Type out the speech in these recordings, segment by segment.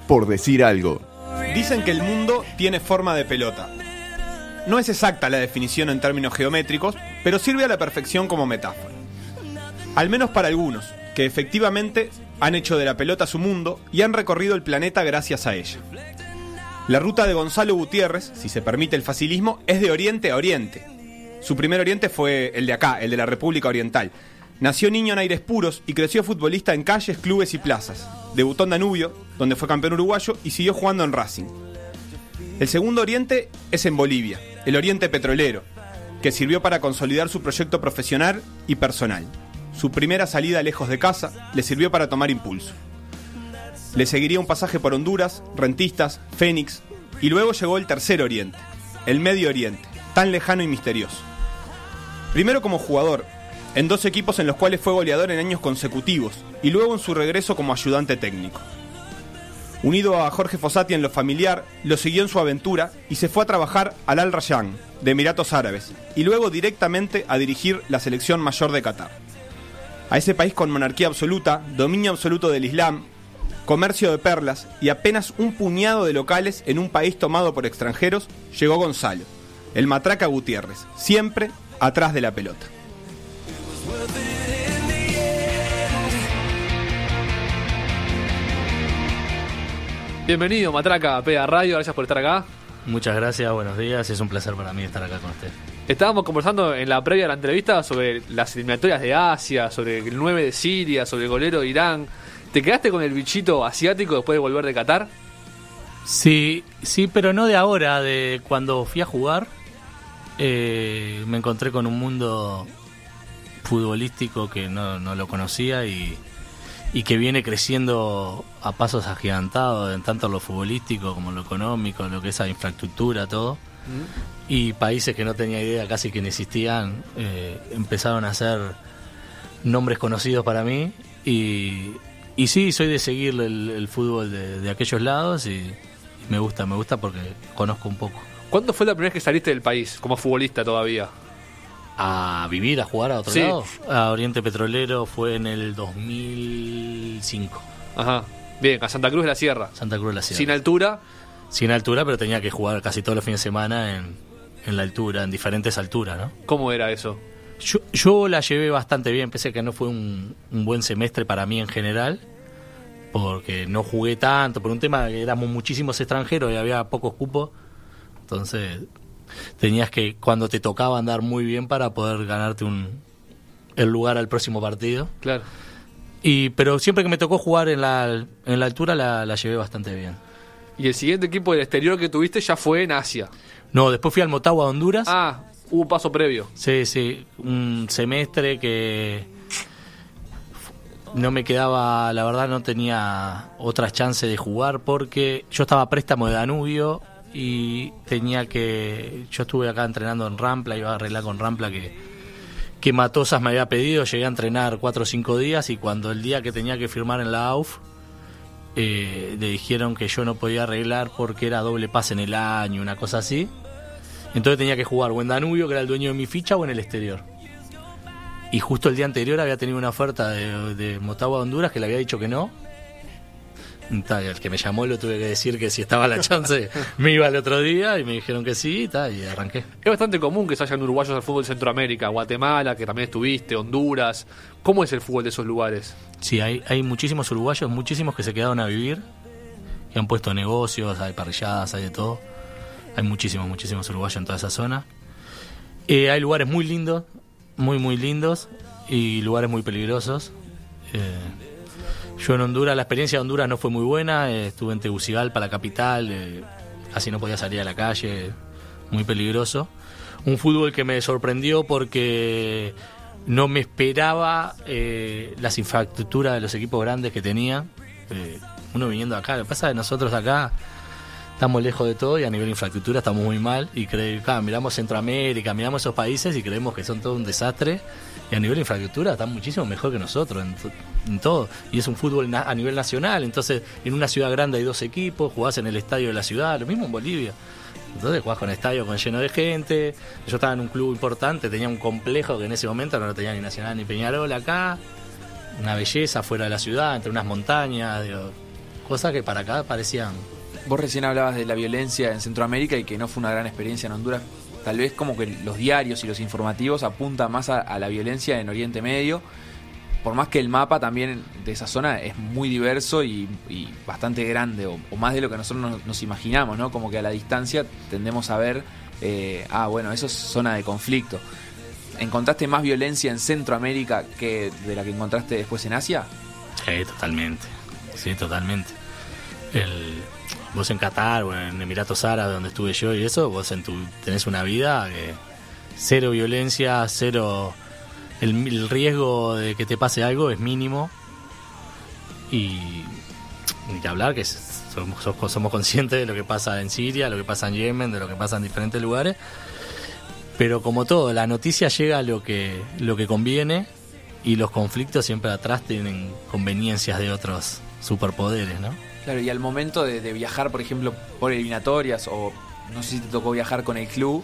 por decir algo. Dicen que el mundo tiene forma de pelota. No es exacta la definición en términos geométricos, pero sirve a la perfección como metáfora. Al menos para algunos, que efectivamente han hecho de la pelota su mundo y han recorrido el planeta gracias a ella. La ruta de Gonzalo Gutiérrez, si se permite el facilismo, es de oriente a oriente. Su primer oriente fue el de acá, el de la República Oriental. Nació niño en aires puros y creció futbolista en calles, clubes y plazas. Debutó en Danubio, donde fue campeón uruguayo, y siguió jugando en Racing. El segundo oriente es en Bolivia, el oriente petrolero, que sirvió para consolidar su proyecto profesional y personal. Su primera salida lejos de casa le sirvió para tomar impulso. Le seguiría un pasaje por Honduras, Rentistas, Fénix, y luego llegó el tercer oriente, el Medio Oriente, tan lejano y misterioso. Primero como jugador, en 2 equipos en los cuales fue goleador en años consecutivos, y luego en su regreso como ayudante técnico. Unido a Jorge Fossati en lo familiar, lo siguió en su aventura y se fue a trabajar al Al Rayyan, de Emiratos Árabes, y luego directamente a dirigir la selección mayor de Qatar. A ese país con monarquía absoluta, dominio absoluto del Islam, comercio de perlas y apenas un puñado de locales en un país tomado por extranjeros, llegó Gonzalo, el matraca Gutiérrez, siempre atrás de la pelota. Bienvenido, Matraca, a Pega Radio, gracias por estar acá. Muchas gracias, buenos días, es un placer para mí estar acá con usted. Estábamos conversando en la previa de la entrevista sobre las eliminatorias de Asia, sobre el 9 de Siria, sobre el golero de Irán. ¿Te quedaste con el bichito asiático después de volver de Qatar? Sí, pero no de ahora, de cuando fui a jugar. Me encontré con un mundo futbolístico que no lo conocía y que viene creciendo a pasos agigantados, en tanto lo futbolístico como lo económico, lo que es la infraestructura, todo. Y países que no tenía idea casi que no existían, empezaron a ser nombres conocidos para mí. Y sí, soy de seguir el fútbol de aquellos lados y me gusta porque conozco un poco. ¿Cuándo fue la primera vez que saliste del país, como futbolista todavía? ¿A vivir, a jugar a otro Sí. lado? A Oriente Petrolero fue en el 2005. Ajá, bien, a Santa Cruz de la Sierra. Santa Cruz de la Sierra. Sin altura. Sin altura, pero tenía que jugar casi todos los fines de semana en la altura, en diferentes alturas, ¿no? ¿Cómo era eso? Yo la llevé bastante bien, pese a que no fue un buen semestre para mí en general, porque no jugué tanto, por un tema que éramos muchísimos extranjeros y había pocos cupos, entonces tenías que, cuando te tocaba, andar muy bien para poder ganarte el lugar al próximo partido. Claro. Pero siempre que me tocó jugar en la altura la llevé bastante bien. ¿Y el siguiente equipo del exterior que tuviste ya fue en Asia? No, después fui al Motagua, Honduras. Ah, hubo un paso previo. Sí, un semestre que no me quedaba, la verdad no tenía otras chances de jugar porque yo estaba a préstamo de Danubio y yo estuve acá entrenando en Rampla, iba a arreglar con Rampla que Matosas me había pedido, llegué a entrenar 4 o 5 días y cuando el día que tenía que firmar en la AUF le dijeron que yo no podía arreglar porque era doble pase en el año, una cosa así. Entonces tenía que jugar o en Danubio, que era el dueño de mi ficha, o en el exterior. Y justo el día anterior había tenido una oferta de Motagua, Honduras, que le había dicho que no. El que me llamó lo tuve que decir que si estaba la chance me iba el otro día y me dijeron que sí y arranqué. Es bastante común que se hayan uruguayos al fútbol de Centroamérica, Guatemala, que también estuviste, Honduras. ¿Cómo es el fútbol de esos lugares? Sí, hay muchísimos uruguayos, muchísimos que se quedaron a vivir, que han puesto negocios, hay parrilladas, hay de todo. Hay muchísimos uruguayos en toda esa zona. Hay lugares muy lindos, muy lindos, y lugares muy peligrosos. Yo en Honduras, la experiencia de Honduras no fue muy buena. Estuve en Tegucigalpa, la capital, casi no podía salir a la calle, muy peligroso. Un fútbol que me sorprendió porque no me esperaba las infraestructuras de los equipos grandes que tenían. Uno viniendo acá, lo que pasa es que nosotros acá estamos lejos de todo y a nivel de infraestructura estamos muy mal y miramos Centroamérica, miramos esos países y creemos que son todo un desastre y a nivel de infraestructura están muchísimo mejor que nosotros en todo, y es un fútbol a nivel nacional. Entonces en una ciudad grande hay 2 equipos, jugás en el estadio de la ciudad, lo mismo en Bolivia, entonces jugás con estadio lleno de gente. Yo estaba en un club importante, tenía un complejo que en ese momento no lo tenía ni Nacional ni Peñarol acá, una belleza fuera de la ciudad, entre unas montañas, cosas que para acá parecían... Vos recién hablabas de la violencia en Centroamérica y que no fue una gran experiencia en Honduras. Tal vez como que los diarios y los informativos apuntan más a la violencia en Oriente Medio, por más que el mapa también de esa zona es muy diverso y bastante grande, o más de lo que nosotros nos imaginamos, ¿no? Como que a la distancia tendemos a ver, bueno, eso es zona de conflicto. ¿Encontraste más violencia en Centroamérica que de la que encontraste después en Asia? Sí, totalmente. Vos en Qatar o en Emiratos Árabes, donde estuve yo y eso, vos tenés una vida que cero violencia, cero... El riesgo de que te pase algo es mínimo. Y ni que hablar que somos conscientes de lo que pasa en Siria, lo que pasa en Yemen, de lo que pasa en diferentes lugares. Pero como todo, la noticia llega a lo que conviene, y los conflictos siempre atrás tienen conveniencias de otros superpoderes, ¿no? Claro, y al momento de viajar, por ejemplo, por eliminatorias, o no sé si te tocó viajar con el club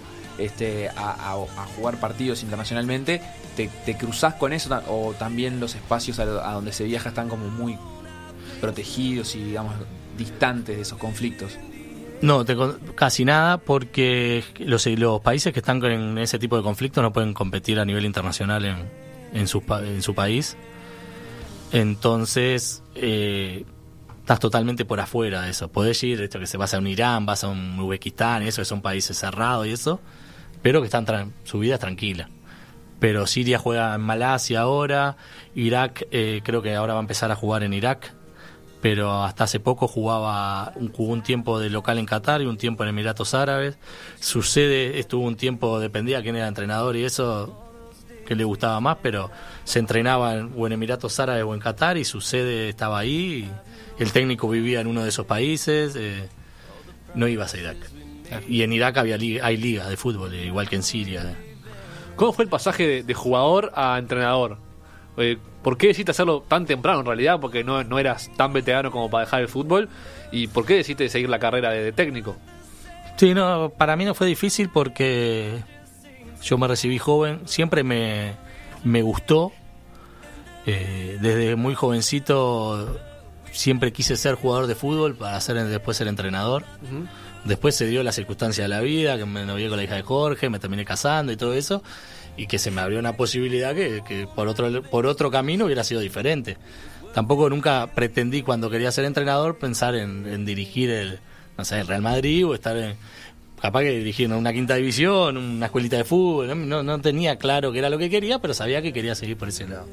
a jugar partidos internacionalmente, ¿te cruzás con eso? ¿O también los espacios a donde se viaja están como muy protegidos y, digamos, distantes de esos conflictos? No, casi nada, porque los países que están en ese tipo de conflictos no pueden competir a nivel internacional en su país. Entonces... estás totalmente por afuera de eso. Podés ir, que se vas a un Irán, vas a un Uzbekistán, eso que son países cerrados y eso, pero que su vida es tranquila. Pero Siria juega en Malasia ahora, Irak creo que ahora va a empezar a jugar en Irak, pero hasta hace poco jugó un tiempo de local en Qatar y un tiempo en Emiratos Árabes. Su sede estuvo un tiempo, dependía quién era entrenador y eso, que le gustaba más, pero se entrenaba o en Emiratos Árabes o en Qatar, y su sede estaba ahí. El técnico vivía en uno de esos países, no ibas a Irak. Y en Irak hay ligas de fútbol, igual que en Siria. ¿Cómo fue el pasaje de jugador a entrenador? ¿Por qué decidiste hacerlo tan temprano en realidad? Porque no eras tan veterano como para dejar el fútbol. ¿Y por qué decidiste seguir la carrera de técnico? Sí, no, para mí no fue difícil porque yo me recibí joven, siempre me gustó. Desde muy jovencito siempre quise ser jugador de fútbol para después ser entrenador. Uh-huh. Después se dio la circunstancia de la vida, que me novié con la hija de Jorge, me terminé casando y todo eso, y que se me abrió una posibilidad que por otro camino hubiera sido diferente. Tampoco nunca pretendí, cuando quería ser entrenador, pensar en dirigir el Real Madrid o estar capaz que dirigir una quinta división, una escuelita de fútbol. No tenía claro qué era lo que quería, pero sabía que quería seguir por ese lado.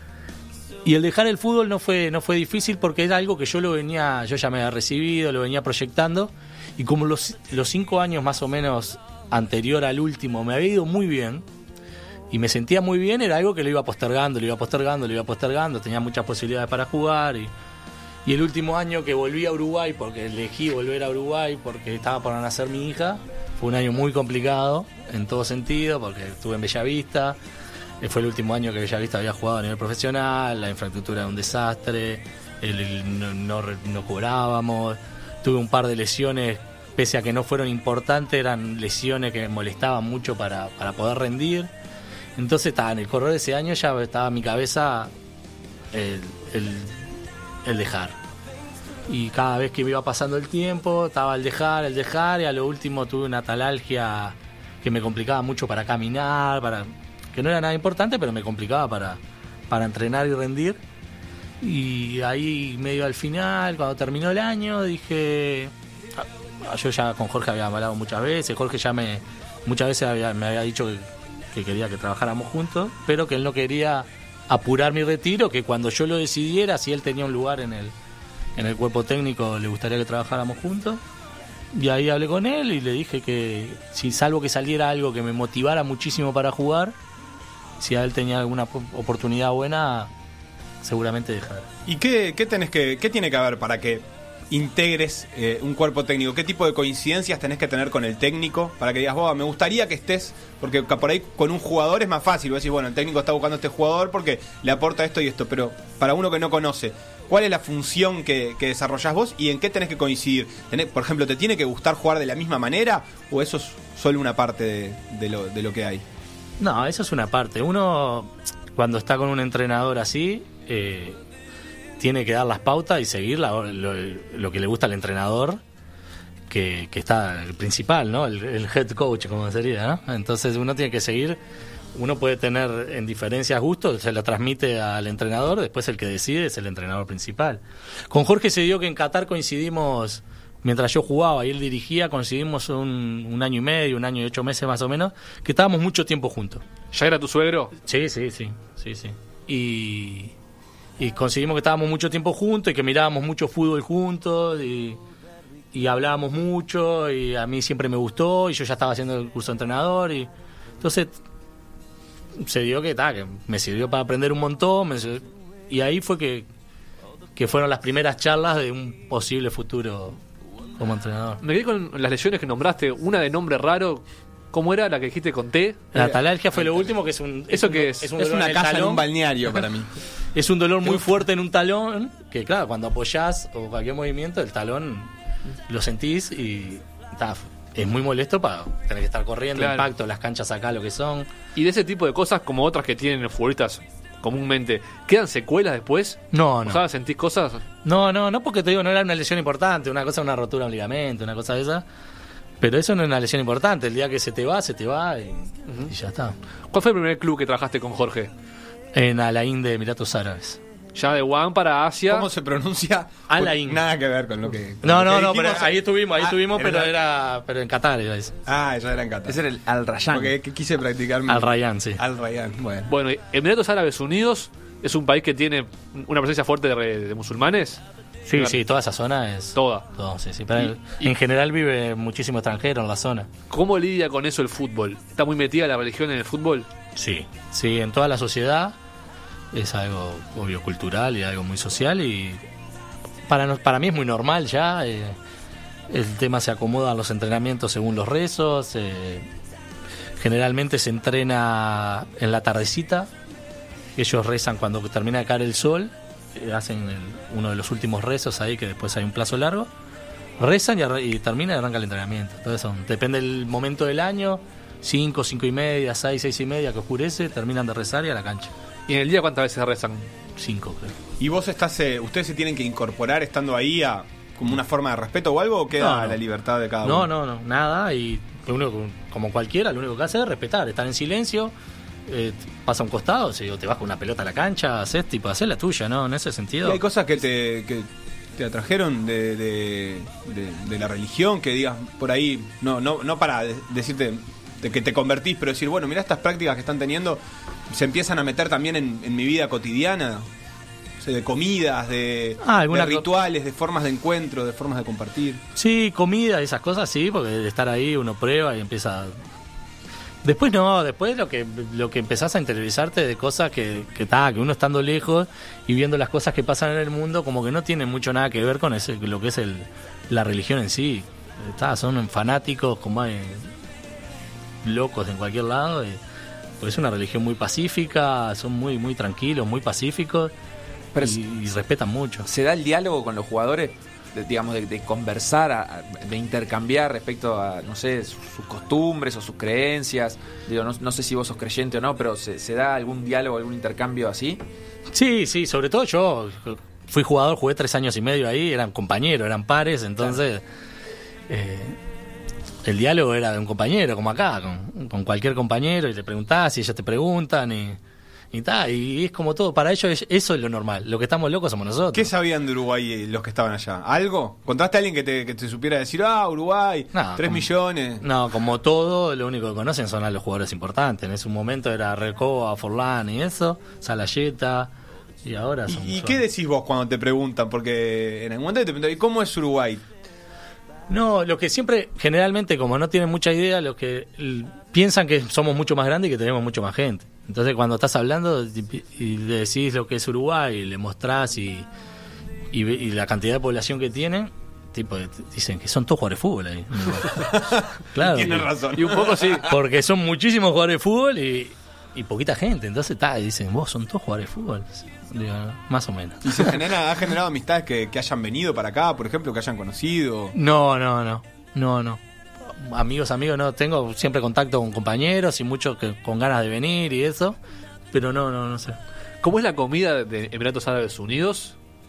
Y el dejar el fútbol no fue difícil, porque era algo que yo ya me había recibido, lo venía proyectando, y como los 5 años más o menos anterior al último me había ido muy bien y me sentía muy bien, era algo que lo iba postergando, tenía muchas posibilidades para jugar, y el último año que volví a Uruguay, porque elegí volver a Uruguay porque estaba por nacer mi hija, fue un año muy complicado en todo sentido, porque estuve en Bellavista. Fue el último año que Bellavista había jugado a nivel profesional, la infraestructura era un desastre, no cobrábamos, tuve un par de lesiones, pese a que no fueron importantes, eran lesiones que me molestaban mucho para poder rendir. Entonces en el correr de ese año ya estaba en mi cabeza el dejar. Y cada vez que me iba pasando el tiempo, estaba el dejar, y a lo último tuve una talalgia que me complicaba mucho para caminar, que no era nada importante, pero me complicaba para entrenar y rendir. Y ahí medio al final, cuando terminó el año, dije, yo ya con Jorge había hablado muchas veces, Jorge ya muchas veces me había dicho que quería que trabajáramos juntos, pero que él no quería apurar mi retiro, que cuando yo lo decidiera, si él tenía un lugar en el cuerpo técnico, le gustaría que trabajáramos juntos. Y ahí hablé con él y le dije que, si salvo que saliera algo que me motivara muchísimo para jugar, si a él tenía alguna oportunidad buena, seguramente dejar. ¿Y qué tiene que haber para que integres un cuerpo técnico? ¿Qué tipo de coincidencias tenés que tener con el técnico para que digas, me gustaría que estés? Porque por ahí con un jugador es más fácil, vos decís, bueno, el técnico está buscando a este jugador porque le aporta esto y esto, pero para uno que no conoce, ¿cuál es la función que desarrollás vos y en qué tenés que coincidir? Por ejemplo, ¿te tiene que gustar jugar de la misma manera o eso es solo una parte de lo que hay? No, eso es una parte. Uno, cuando está con un entrenador así, tiene que dar las pautas y seguir lo que le gusta al entrenador, que está el principal, ¿no? El head coach, como sería, ¿no? Entonces uno tiene que seguir. Uno puede tener en diferencias gustos, se lo transmite al entrenador, después el que decide es el entrenador principal. Con Jorge se dio que en Qatar coincidimos, mientras yo jugaba y él dirigía, coincidimos un año y medio, 1 año y 8 meses más o menos, que estábamos mucho tiempo juntos. ¿Ya era tu suegro? Sí. Y coincidimos que estábamos mucho tiempo juntos y que mirábamos mucho fútbol juntos y hablábamos mucho y a mí siempre me gustó y yo ya estaba haciendo el curso de entrenador y entonces se dio que me sirvió para aprender un montón y ahí fue que fueron las primeras charlas de un posible futuro como entrenador. Me quedé con las lesiones que nombraste, una de nombre raro. ¿Cómo era la que dijiste con T? La talalgia fue lo último, que es un... ¿Eso qué es? Es una casa en un balneario para mí. Es un dolor muy fuerte en un talón, que claro, cuando apoyás o cualquier movimiento, el talón lo sentís y es muy molesto para tener que estar corriendo, claro. Impacto, las canchas acá lo que son. Y de ese tipo de cosas, como otras que tienen los futbolistas comúnmente, ¿quedan secuelas después? No. O sea, ¿sentís cosas? No, porque te digo, no era una lesión importante, una cosa, una rotura de un ligamento, una cosa de esa. Pero eso no es una lesión importante, el día que se te va y ya está. ¿Cuál fue el primer club que trabajaste con Jorge? En Al Ain de Emiratos Árabes. Ya de Wuhan para Asia. ¿Cómo se pronuncia? Al Ain. Nada que ver con lo que... No, dijimos. pero ahí estuvimos, era pero en Qatar era eso. Ah, ya era en Qatar. Ese era el Al Rayyan. Porque quise practicar... Al Rayyan, sí. Al Rayyan, bueno. Bueno, Emiratos Árabes Unidos es un país que tiene una presencia fuerte de musulmanes. Sí, toda esa zona es... Toda. Sí. Pero en general vive muchísimo extranjero en la zona. ¿Cómo lidia con eso el fútbol? ¿Está muy metida la religión en el fútbol? Sí, en toda la sociedad es algo obvio cultural y algo muy social y para mí es muy normal ya. El tema se acomoda a los entrenamientos según los rezos. Generalmente se entrena en la tardecita. Ellos rezan cuando termina de caer el sol. Hacen uno de los últimos rezos ahí, que después hay un plazo largo. Rezan y termina y arranca el entrenamiento. Entonces depende del momento del año. 5, 5 y media, 6, 6 y media que oscurece, terminan de rezar y a la cancha. ¿Y en el día cuántas veces rezan? 5, creo. ¿Y vos ustedes se tienen que incorporar estando ahí como una forma de respeto o algo, o queda No. la libertad de cada uno? No, nada. Y uno, como cualquiera, lo único que hace es respetar, estar en silencio. Pasa a un costado, o te vas con una pelota a la cancha, haces la tuya, ¿no? En ese sentido. ¿Y hay cosas que te atrajeron de la religión que digas por ahí, no para decirte de que te convertís, pero decir, bueno, mira estas prácticas que están teniendo, se empiezan a meter también en mi vida cotidiana? O sea, de comidas, de rituales, de formas de encuentro, de formas de compartir. Sí, comida, esas cosas sí, porque de estar ahí uno prueba y empieza... Después lo que empezás a interiorizarte de cosas que uno estando lejos y viendo las cosas que pasan en el mundo, como que no tienen mucho nada que ver con lo que es la religión en sí. Son fanáticos, como hay locos en cualquier lado, pues es una religión muy pacífica, son muy, muy tranquilos, muy pacíficos. Pero y respetan mucho. ¿Se da el diálogo con los jugadores? De conversar, de intercambiar respecto a, no sé, sus costumbres o sus creencias. No sé si vos sos creyente o no, pero ¿se da algún diálogo, algún intercambio así? Sí, sobre todo yo fui jugador, jugué 3 años y medio ahí, eran compañeros, eran pares, entonces el diálogo era de un compañero, como acá, con cualquier compañero, y te preguntás y ellos te preguntan y es como todo, para ellos eso es lo normal, lo que estamos locos somos nosotros. ¿Qué sabían de Uruguay los que estaban allá? ¿Algo? ¿Contaste a alguien que te supiera decir, Uruguay, 3 millones? No, como todo, lo único que conocen son a los jugadores importantes. En ese momento era Recoba, Forlán y eso, Salayeta, y ahora son... ¿Y qué decís vos cuando te preguntan? Porque en algún momento te preguntan, ¿y cómo es Uruguay? No, lo que siempre, generalmente, como no tienen mucha idea, los que piensan que somos mucho más grandes y que tenemos mucho más gente. Entonces, cuando estás hablando y le decís lo que es Uruguay, le mostrás y la cantidad de población que tienen, dicen que son todos jugadores de fútbol ahí. Claro. Tienes razón. Y un poco sí. Porque son muchísimos jugadores de fútbol y poquita gente. Entonces, dicen, vos son todos jugadores de fútbol. Digo, más o menos. ¿Y ha generado amistades que hayan venido para acá, por ejemplo, que hayan conocido? No. Amigos, no. Tengo siempre contacto con compañeros y muchos con ganas de venir y eso. Pero no sé. ¿Cómo es la comida de Emiratos Árabes Unidos?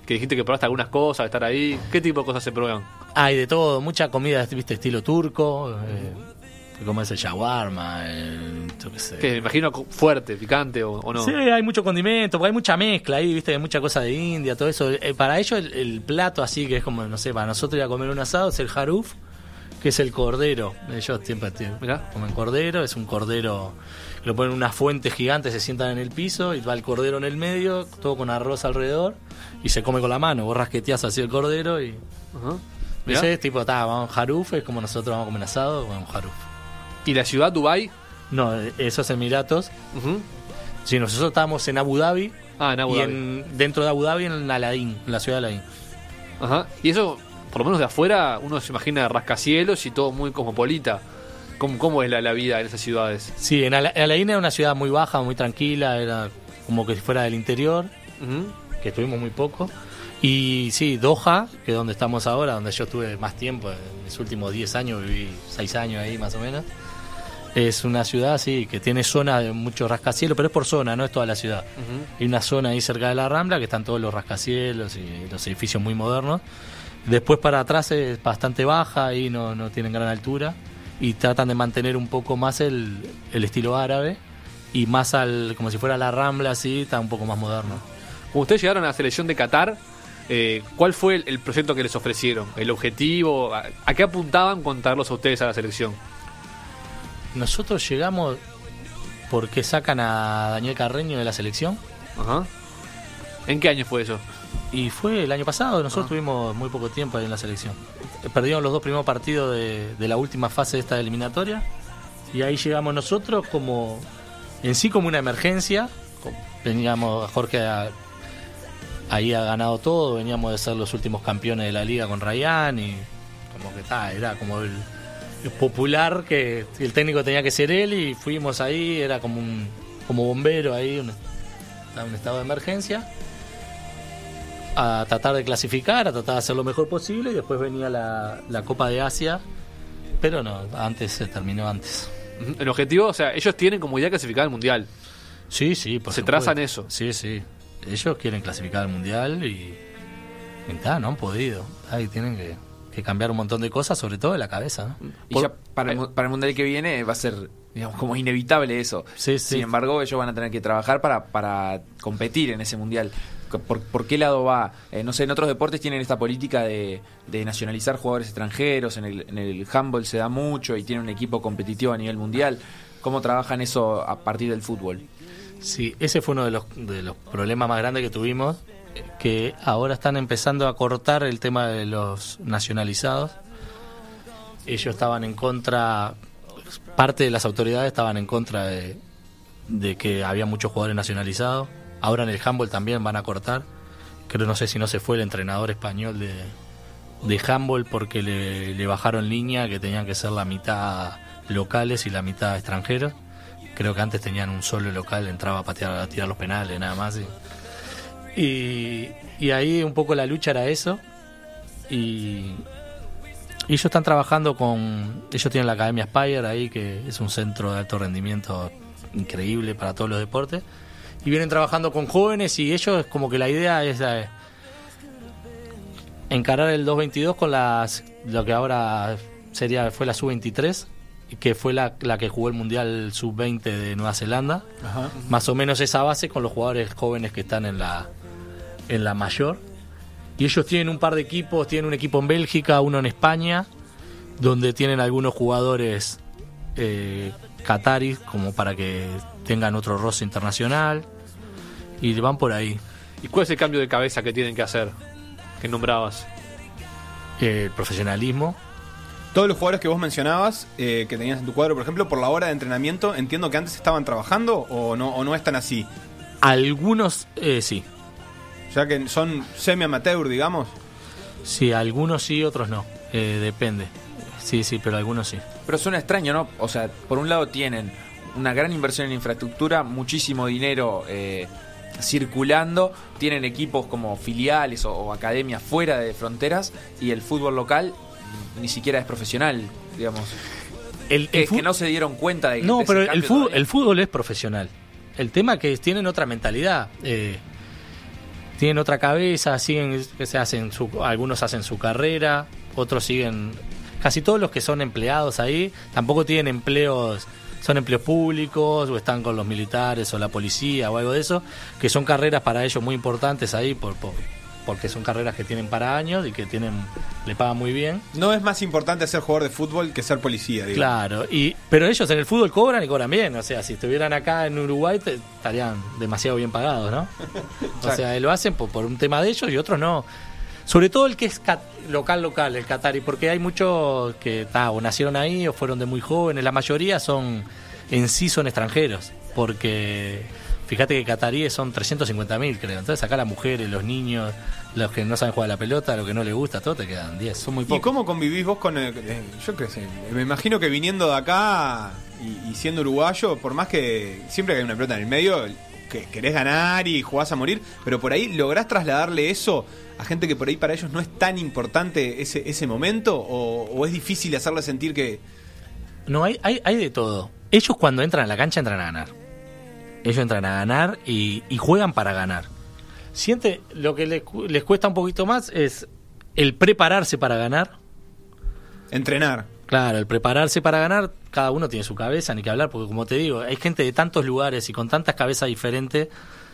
Que dijiste que probaste algunas cosas, estar ahí. ¿Qué tipo de cosas se prueban? Hay de todo, mucha comida, viste, estilo turco, como es el shawarma, yo qué sé. Que me imagino fuerte, picante o no. Sí, hay mucho condimento, porque hay mucha mezcla ahí, viste, hay mucha cosa de India, todo eso. Para ellos el plato así, que es como, no sé, para nosotros ir a comer un asado, es el haruf, que es el cordero. Ellos siempre comen cordero, es un cordero, lo ponen en una fuente gigante, se sientan en el piso y va el cordero en el medio, todo con arroz alrededor, y se come con la mano. Vos rasqueteás así el cordero y... Ajá. Ese tipo, vamos haruf, es como nosotros vamos a comer asado, vamos haruf. ¿Y la ciudad, Dubái? No, esos Emiratos. Uh-huh. Sí, nosotros estábamos en Abu Dhabi. En Abu Dhabi. Dentro de Abu Dhabi, en Aladín, en la ciudad de Aladín. Ajá. Y eso, por lo menos de afuera, uno se imagina rascacielos y todo muy cosmopolita. ¿Cómo es la vida en esas ciudades? Sí, en Aladín era una ciudad muy baja, muy tranquila, era como que fuera del interior, que estuvimos muy poco. Y sí, Doha, que es donde estamos ahora, donde yo estuve más tiempo, en mis últimos 10 años, viví 6 años ahí más o menos. Es una ciudad, sí, que tiene zonas de muchos rascacielos, pero es por zona, no es toda la ciudad. Hay una zona ahí cerca de la Rambla que están todos los rascacielos y los edificios muy modernos. Después para atrás es bastante baja, ahí no tienen gran altura. Y tratan de mantener un poco más el estilo árabe y más como si fuera la Rambla, así, está un poco más moderno. Como ustedes llegaron a la selección de Qatar, ¿cuál fue el proyecto que les ofrecieron? ¿El objetivo? ¿A qué apuntaban con traerlos a ustedes a la selección? Nosotros llegamos porque sacan a Daniel Carreño de la selección. Ajá. ¿En qué año fue eso? Y fue el año pasado, nosotros tuvimos muy poco tiempo ahí en la selección. Perdimos los 2 primeros partidos de la última fase de esta eliminatoria. Y ahí llegamos nosotros como una emergencia. Veníamos, Jorge ahí ha ganado todo, veníamos de ser los últimos campeones de la liga con Rayán y como que era como el popular que el técnico tenía que ser él y fuimos ahí, era como bombero ahí, un estado de emergencia, a tratar de clasificar, a tratar de hacer lo mejor posible y después venía la Copa de Asia, pero no, se terminó antes. El objetivo, o sea, ellos tienen como idea clasificar al Mundial. Sí, por se supuesto. trazan eso. Sí. Ellos quieren clasificar al Mundial y no han podido. Ahí tienen que cambiar un montón de cosas, sobre todo de la cabeza, ¿no? Y ya para el Mundial que viene va a ser, digamos, como inevitable eso. Sí. Sin embargo, ellos van a tener que trabajar para competir en ese Mundial. ¿Por qué lado va? No sé, en otros deportes tienen esta política de nacionalizar jugadores extranjeros, en el handball se da mucho y tienen un equipo competitivo a nivel mundial. ¿Cómo trabajan eso a partir del fútbol? Sí, ese fue uno de los problemas más grandes que tuvimos, que ahora están empezando a cortar el tema de los nacionalizados. Ellos estaban en contra, parte de las autoridades estaban en contra de que había muchos jugadores nacionalizados. Ahora en el handball también van a cortar. Creo, no sé si no se fue el entrenador español de handball porque le bajaron línea, que tenían que ser la mitad locales y la mitad extranjeros. Creo que antes tenían un solo local, entraba a tirar los penales, nada más. Y ahí un poco la lucha era eso. Y ellos están trabajando ellos tienen la Academia Spire ahí, que es un centro de alto rendimiento increíble para todos los deportes. Y vienen trabajando con jóvenes y ellos como que la idea es encarar el 2022 con lo que ahora fue la Sub-23, que fue la que jugó el Mundial Sub-20 de Nueva Zelanda. Ajá. Más o menos esa base con los jugadores jóvenes que están en la mayor. Y ellos tienen un par de equipos, tienen un equipo en Bélgica, uno en España, donde tienen algunos jugadores cataris como para que tengan otro roce internacional y van por ahí. ¿Y cuál es el cambio de cabeza que tienen que hacer, que nombrabas? El profesionalismo. Todos los jugadores que vos mencionabas, que tenías en tu cuadro, por ejemplo, por la hora de entrenamiento, entiendo que antes estaban trabajando o no es tan así. Algunos sí. Ya que son semi-amateur, digamos. Sí, algunos sí, otros no. Depende. Sí, pero algunos sí. Pero suena extraño, ¿no? O sea, por un lado tienen una gran inversión en infraestructura, muchísimo dinero circulando, tienen equipos como filiales o academias fuera de fronteras y el fútbol local ni siquiera es profesional, digamos. Que no se dieron cuenta de que... No, pero el fútbol es profesional. El tema es que tienen otra mentalidad. tienen otra cabeza, siguen, algunos hacen su carrera, otros siguen, casi todos los que son empleados ahí, tampoco tienen empleos, son empleos públicos, o están con los militares o la policía o algo de eso, que son carreras para ellos muy importantes ahí, porque son carreras que tienen para años y que le pagan muy bien. No es más importante ser jugador de fútbol que ser policía, digamos. Claro, pero ellos en el fútbol cobran y cobran bien. O sea, si estuvieran acá en Uruguay estarían demasiado bien pagados, ¿no? O sea, lo hacen por un tema de ellos y otros no. Sobre todo el que es local, el qatarí, porque hay muchos que o nacieron ahí o fueron de muy jóvenes. La mayoría son extranjeros, porque fíjate que cataríes son 350.000, creo. Entonces acá las mujeres, los niños, los que no saben jugar a la pelota, los que no les gusta, todo te quedan 10. Son muy pocos. ¿Y cómo convivís vos con yo qué sé, me imagino que viniendo de acá y siendo uruguayo, por más que siempre que hay una pelota en el medio, que querés ganar y jugás a morir, pero por ahí lográs trasladarle eso a gente que por ahí para ellos no es tan importante ese momento, o es difícil hacerle sentir que... No, hay de todo. Ellos cuando entran a la cancha entran a ganar. Ellos entran a ganar y juegan para ganar. Lo que les cuesta un poquito más es el prepararse para ganar. Entrenar. Claro, el prepararse para ganar, cada uno tiene su cabeza, ni que hablar, porque como te digo, hay gente de tantos lugares y con tantas cabezas diferentes,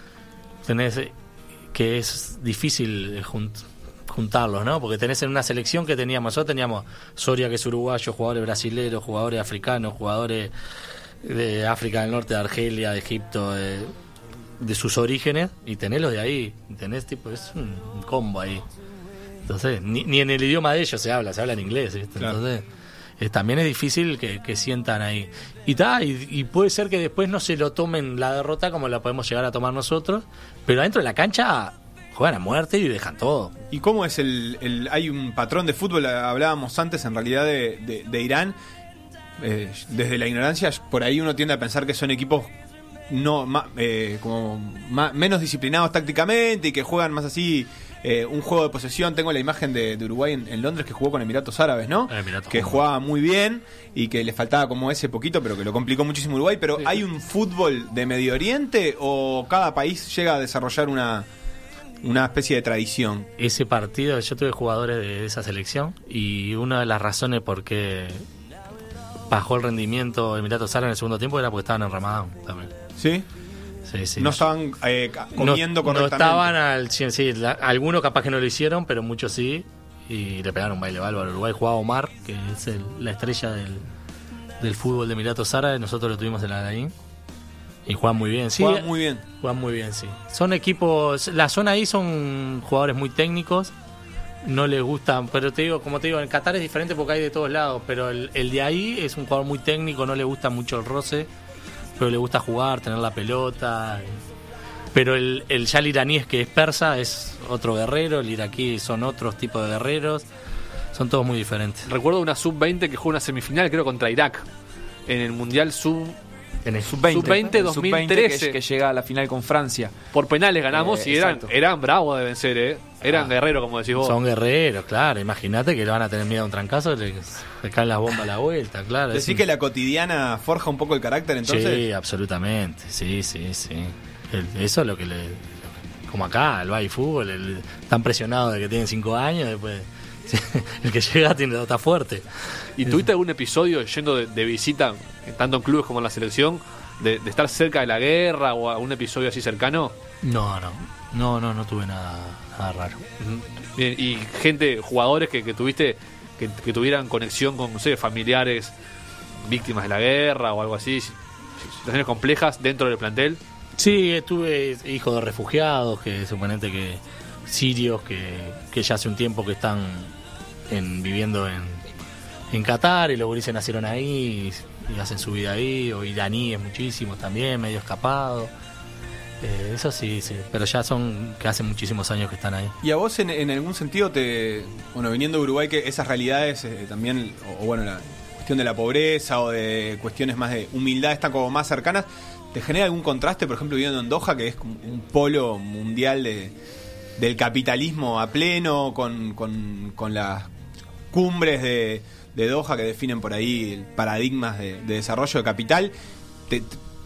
que es difícil juntarlos, ¿no? Porque tenés en una selección que nosotros teníamos Soria, que es uruguayo, jugadores brasileños, jugadores africanos, jugadores de África del Norte, de Argelia, de Egipto, de sus orígenes, y tenés los de ahí, es un combo ahí. Entonces, ni en el idioma de ellos se habla en inglés, ¿viste? Claro. Entonces, también es difícil que sientan ahí. Y puede ser que después no se lo tomen la derrota como la podemos llegar a tomar nosotros, pero adentro de la cancha juegan a muerte y dejan todo. ¿Y cómo es hay un patrón de fútbol? Hablábamos antes en realidad de Irán. Desde la ignorancia, por ahí uno tiende a pensar que son equipos menos disciplinados tácticamente y que juegan más así un juego de posesión. Tengo la imagen de Uruguay en Londres, que jugó con Emiratos Árabes, ¿no? Que jugaba muy bien y que le faltaba como ese poquito, pero que lo complicó muchísimo Uruguay. Pero sí. ¿Hay un fútbol de Medio Oriente o cada país llega a desarrollar una especie de tradición? Ese partido, yo tuve jugadores de esa selección, y una de las razones por qué bajó el rendimiento de Emiratos Árabes en el segundo tiempo era porque estaban en Ramadán también. ¿Sí? Sí. No estaban comiendo correctamente. No estaban al 100, sí. Algunos capaz que no lo hicieron, pero muchos sí. Y le pegaron un baile bárbaro. Uruguay jugaba Omar, que es la estrella del fútbol de Emiratos Árabes. Nosotros lo tuvimos en la Alain. Y juegan muy bien, sí. Juegan muy bien, sí. Son equipos... La zona ahí son jugadores muy técnicos. No les gustan, pero como te digo, en Qatar es diferente porque hay de todos lados. Pero el de ahí es un jugador muy técnico, no le gusta mucho el roce, pero le gusta jugar, tener la pelota. Pero el iraní, que es persa, es otro guerrero. El iraquí son otros tipos de guerreros. Son todos muy diferentes. Recuerdo una sub-20 que jugó una semifinal, creo, contra Irak en el Mundial Sub-20 2013, que llega a la final con Francia. Por penales ganamos y eran bravos de vencer, eran guerreros, como decís vos. Son guerreros, claro. Imagínate que le van a tener miedo a un trancazo, le caen las bombas a la vuelta, claro. ¿Decís que la cotidiana forja un poco el carácter, entonces? Sí, absolutamente, sí. Eso es lo que como acá, el baile fútbol, tan presionado de que tienen 5 años, después el que llega está fuerte. ¿Y tuviste algún episodio yendo de visita, tanto en clubes como en la selección, de estar cerca de la guerra o algún episodio así cercano? No tuve nada raro. Bien, y jugadores que tuviste que tuvieran conexión con, no sé, familiares víctimas de la guerra o algo así, situaciones complejas dentro del plantel. Sí, tuve hijos de refugiados, que suponente que sirios que ya hace un tiempo que están viviendo en Qatar, y los gurises nacieron ahí y hacen su vida ahí, o iraníes muchísimos también, medio escapados. Eso sí, pero ya son que hace muchísimos años que están ahí. ¿Y a vos en algún sentido viniendo de Uruguay, que esas realidades también, la cuestión de la pobreza o de cuestiones más de humildad están como más cercanas, te genera algún contraste, por ejemplo, viviendo en Doha, que es un polo mundial del capitalismo a pleno, con las cumbres de Doha que definen por ahí paradigmas de desarrollo de capital?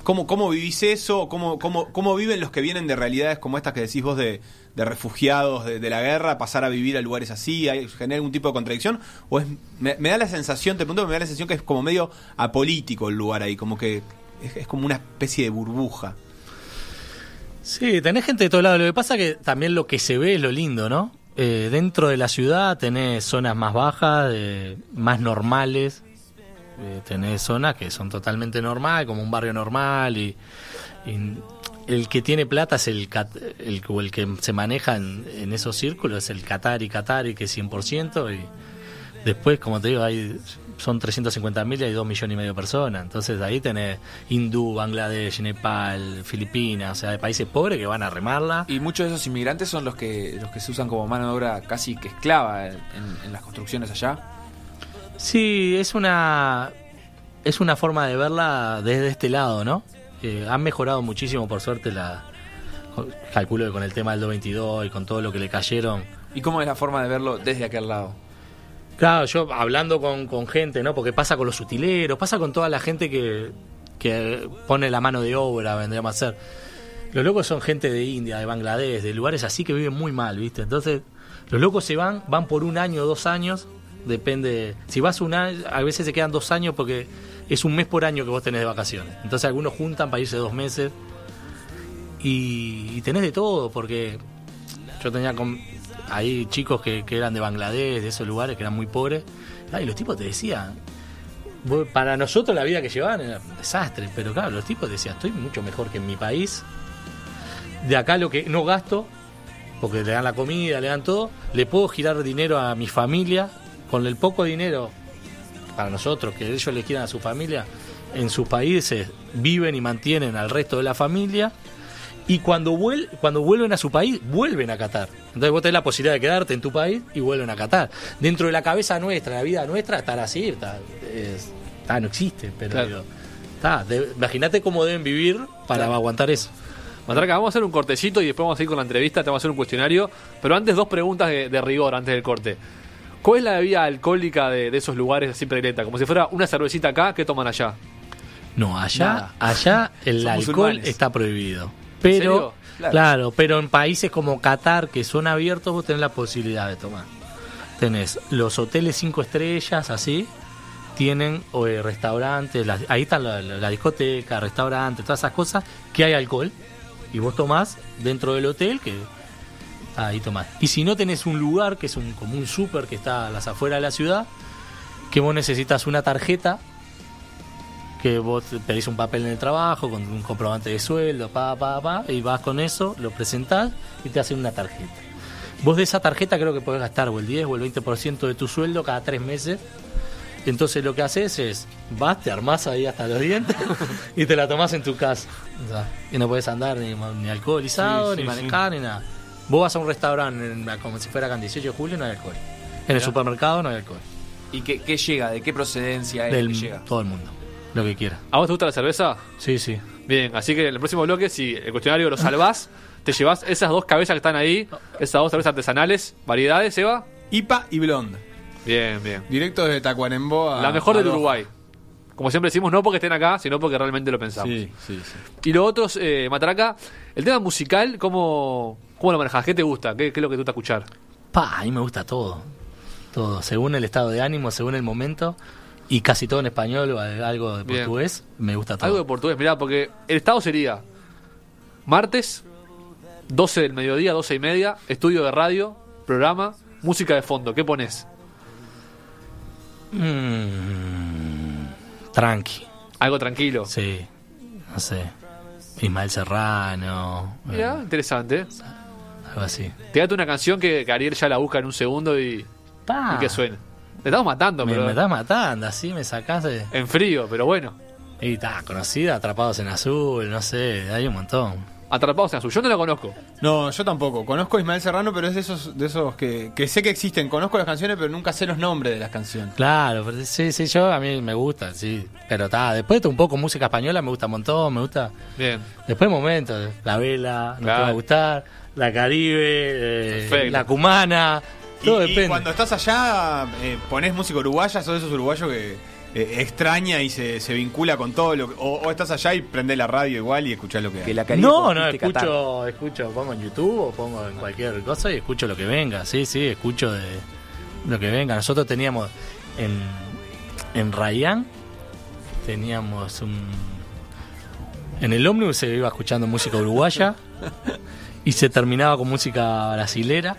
¿Cómo vivís eso? ¿Cómo viven los que vienen de realidades como estas que decís vos de refugiados de la guerra, pasar a vivir a lugares así? ¿Genera algún tipo de contradicción? ¿O me da la sensación, te pregunto, me da la sensación que es como medio apolítico el lugar ahí, como que es como una especie de burbuja? Sí, tenés gente de todos lados. Lo que pasa que también lo que se ve es lo lindo, ¿no? Dentro de la ciudad tenés zonas más bajas, más normales. Tenés zonas que son totalmente normales, como un barrio normal, y el que tiene plata es el que se maneja en esos círculos, es el Qatari, que es 100%, y después, como te digo, son 350.000 y hay 2,5 millones de personas. Entonces ahí tenés hindú, Bangladesh, Nepal, Filipinas, o sea, de países pobres que van a remarla. Y muchos de esos inmigrantes son los que se usan como mano de obra casi que esclava en las construcciones allá. Sí, es una forma de verla desde este lado, ¿no? Han mejorado muchísimo, por suerte, calculo que con el tema del 222 y con todo lo que le cayeron. ¿Y cómo es la forma de verlo desde aquel lado? Claro, yo hablando con gente, ¿no? Porque pasa con los utileros, pasa con toda la gente que pone la mano de obra, vendríamos a ser. Los locos son gente de India, de Bangladesh, de lugares así que viven muy mal, ¿viste? Entonces, los locos van por 1 año o 2 años. Depende, si vas 1 año, a veces se quedan 2 años porque es 1 mes por año que vos tenés de vacaciones. Entonces algunos juntan para irse 2 meses y tenés de todo, porque yo tenía ahí chicos que eran de Bangladesh, de esos lugares que eran muy pobres, y los tipos te decían, para nosotros la vida que llevaban era un desastre, pero claro, los tipos decían, estoy mucho mejor que en mi país, de acá lo que no gasto, porque le dan la comida, le dan todo, le puedo girar dinero a mi familia. Con el poco dinero para nosotros que ellos le quieran a su familia, en sus países viven y mantienen al resto de la familia, y cuando vuelven a su país, vuelven a Qatar. Entonces vos tenés la posibilidad de quedarte en tu país y vuelven a Qatar. Dentro de la cabeza nuestra, la vida nuestra, estar así, no existe, pero claro. Imagínate cómo deben vivir para aguantar eso. Matraca, vamos a hacer un cortecito y después vamos a ir con la entrevista, te vamos a hacer un cuestionario, pero antes 2 preguntas de rigor antes del corte. ¿Cuál es la bebida alcohólica de esos lugares así predilecta? Como si fuera una cervecita acá, ¿qué toman allá? No, allá el Son alcohol musulmanes. está prohibido. ¿En serio? Claro, pero en países como Qatar, que son abiertos, vos tenés la posibilidad de tomar. Tenés los hoteles 5 estrellas, así, tienen restaurantes, ahí está la discoteca, restaurantes, todas esas cosas, que hay alcohol, y vos tomás dentro del hotel, que ahí tomás. Y si no, tenés un lugar que es como un súper que está a las afueras de la ciudad, que vos necesitas una tarjeta, que vos pedís un papel en el trabajo con un comprobante de sueldo, y vas con eso, lo presentás y te hacen una tarjeta. Vos de esa tarjeta creo que podés gastar o el 10 o el 20% de tu sueldo cada 3 meses. Entonces lo que haces es, te armás ahí hasta los dientes y te la tomás en tu casa. O sea, y no podés andar ni alcoholizado, ni manejar, ni nada. Vos vas a un restaurante como si fuera acá en 18 de julio, no hay alcohol. En el supermercado no hay alcohol. ¿Y qué llega? ¿De qué procedencia es que llega? Todo el mundo, lo que quiera. ¿A vos te gusta la cerveza? Sí. Bien, así que en el próximo bloque, si el cuestionario lo salvás, te llevás esas 2 cabezas que están ahí, esas 2 cervezas artesanales, variedades, Eva. IPA y Blonde. Bien. Directo desde Tacuarembó a... La mejor del Doha. Uruguay. Como siempre decimos, no porque estén acá, sino porque realmente lo pensamos. Sí. Y lo otro, Matraca, el tema musical, ¿cómo lo manejas? ¿Qué te gusta? ¿Qué es lo que te gusta escuchar? A mí me gusta todo, según el estado de ánimo, según el momento, y casi todo en español o algo de Bien. portugués, me gusta todo. Algo de portugués, mirá, porque el estado sería martes, 12 del mediodía, 12:30, estudio de radio, programa, música de fondo. ¿Qué pones? Tranqui. Algo tranquilo. Sí, no sé. Ismael Serrano. Mirá, interesante. Algo así. Tirate una canción que Ariel ya la busca en un segundo y que suene. Te estamos matando, Me pero estás matando, así me sacás de... en frío, pero bueno. Y está conocida, Atrapados en Azul, no sé, hay un montón. Atrapados en Azul. Yo no la conozco. No, yo tampoco. Conozco a Ismael Serrano, pero es de esos que sé que existen. Conozco las canciones, pero nunca sé los nombres de las canciones. Claro, pero sí, a mí me gusta, sí. Pero después un poco música española, me gusta un montón, me gusta. Bien. Después momentos, La Vela, no Claro. te va a gustar, La Caribe, Perfecto. La Cumana, todo Y depende. cuando estás allá, ponés música uruguaya, sos de esos uruguayos extraña y se vincula con todo lo que, o estás allá y prendés la radio igual y escuchás lo que hay. No, escucho, pongo en YouTube o pongo en cualquier cosa y escucho lo que venga. Sí, escucho de lo que venga. Nosotros teníamos en Rayán, teníamos en el ómnibus se iba escuchando música uruguaya y se terminaba con música brasilera,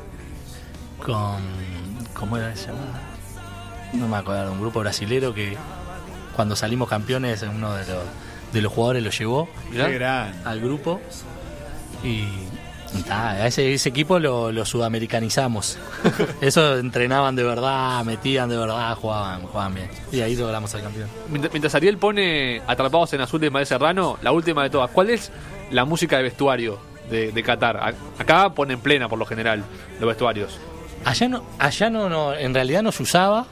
¿cómo era que se llamaba? No me acuerdo, un grupo brasilero que cuando salimos campeones uno de los jugadores lo llevó al grupo y a ese equipo lo sudamericanizamos. Eso entrenaban de verdad, metían de verdad, jugaban bien y ahí logramos ser campeón. Mientras Ariel pone Atrapados en Azul de Ismael Serrano, la última de todas, ¿cuál es la música de vestuario de Qatar? Acá ponen plena por lo general los vestuarios. Allá no, en realidad no se usaba.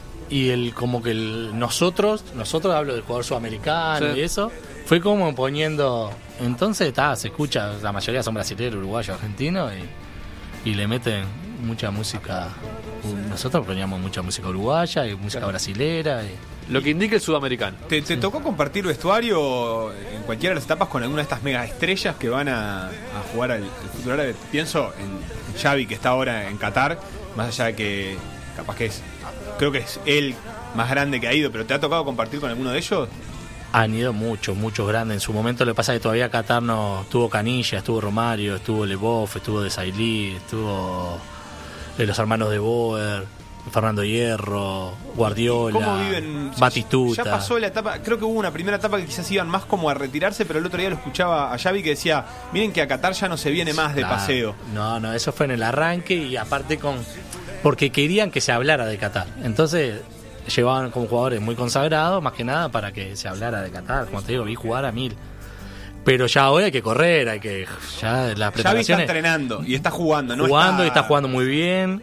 Y nosotros hablo del jugador sudamericano, sí. Y eso fue como poniendo, entonces se escucha, la mayoría son brasileños, uruguayos, argentinos y le meten mucha música. Nosotros poníamos mucha música uruguaya y música brasilera lo que indica el sudamericano. ¿Te tocó compartir vestuario en cualquiera de las etapas con alguna de estas mega estrellas que van a jugar al fútbol árabe? Pienso en Xavi, que está ahora en Qatar, más allá de que capaz que creo que es el más grande que ha ido, pero ¿te ha tocado compartir con alguno de ellos? Han ido muchos grandes. En su momento lo que pasa es que todavía Qatar no estuvo Canilla, estuvo Romario, estuvo Leboff, estuvo Desailly, estuvo los hermanos de Boer, Fernando Hierro, Guardiola, ¿cómo viven? Batistuta. Ya pasó la etapa, creo que hubo una primera etapa que quizás iban más como a retirarse, pero el otro día lo escuchaba a Xavi que decía, miren que a Qatar ya no se viene más de paseo. No, eso fue en el arranque y aparte porque querían que se hablara de Qatar. Entonces llevaban como jugadores muy consagrados, más que nada para que se hablara de Qatar. Como te digo, vi jugar a 1000. Pero ya hoy hay que correr, ya las preparaciones. Xavi está entrenando y está jugando, ¿no? Y está jugando muy bien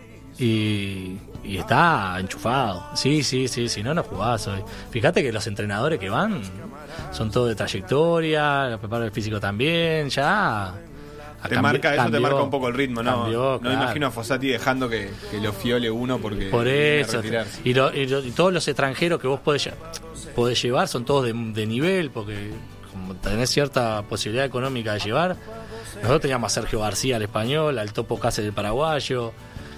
y está enchufado. Sí, no jugás hoy. Fíjate que los entrenadores que van son todos de trayectoria, el preparo físico también, ya. Te marca un poco el ritmo, ¿no? Cambió, no imagino a Fossati dejando que lo fiole uno porque por eso. Y todos los extranjeros que vos podés llevar son todos de nivel, porque como tenés cierta posibilidad económica de llevar. Nosotros teníamos a Sergio García, el español, al Topo Cáceres, el paraguayo,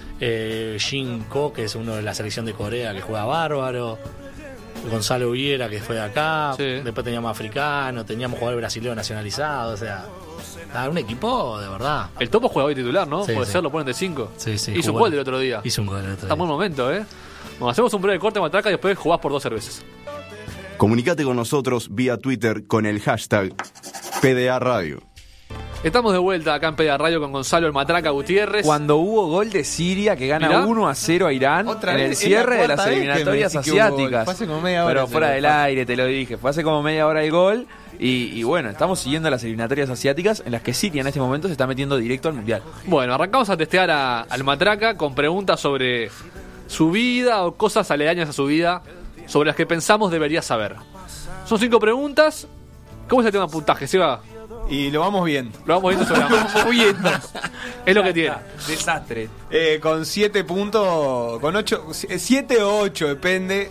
Jin Ko, que es uno de la selección de Corea que juega bárbaro, Gonzalo Viera, que fue de acá, sí. Después teníamos africano, teníamos jugadores brasileños nacionalizados, o sea, un equipo de verdad. El Topo juega hoy titular, ¿no? Sí, Puede ser, lo ponen de 5. Sí, hizo un gol el otro día. Está en buen momento, Bueno, hacemos un breve corte, Matraca, y después jugás por 2 cervezas. Comunicate con nosotros vía Twitter con el hashtag PDA Radio. Estamos de vuelta acá en PDA Radio con Gonzalo el Matraca Gutiérrez. Cuando hubo gol de Siria que gana 1-0 a Irán en el cierre de las eliminatorias asiáticas. Fue hace como media hora. Pero fuera del aire, te lo dije. Fue hace como media hora el gol. Y bueno, estamos siguiendo las eliminatorias asiáticas en las que Siria en este momento se está metiendo directo al Mundial. Bueno, arrancamos a testear al Matraca con preguntas sobre su vida o cosas aledañas a su vida sobre las que pensamos debería saber. Son 5 preguntas. ¿Cómo es el tema de puntaje? ¿Se va? Y lo vamos viendo. Lo vamos viendo sobre la marcha. Es lo que tiene. Desastre. Con 7 puntos, con 8, 7 o 8, depende.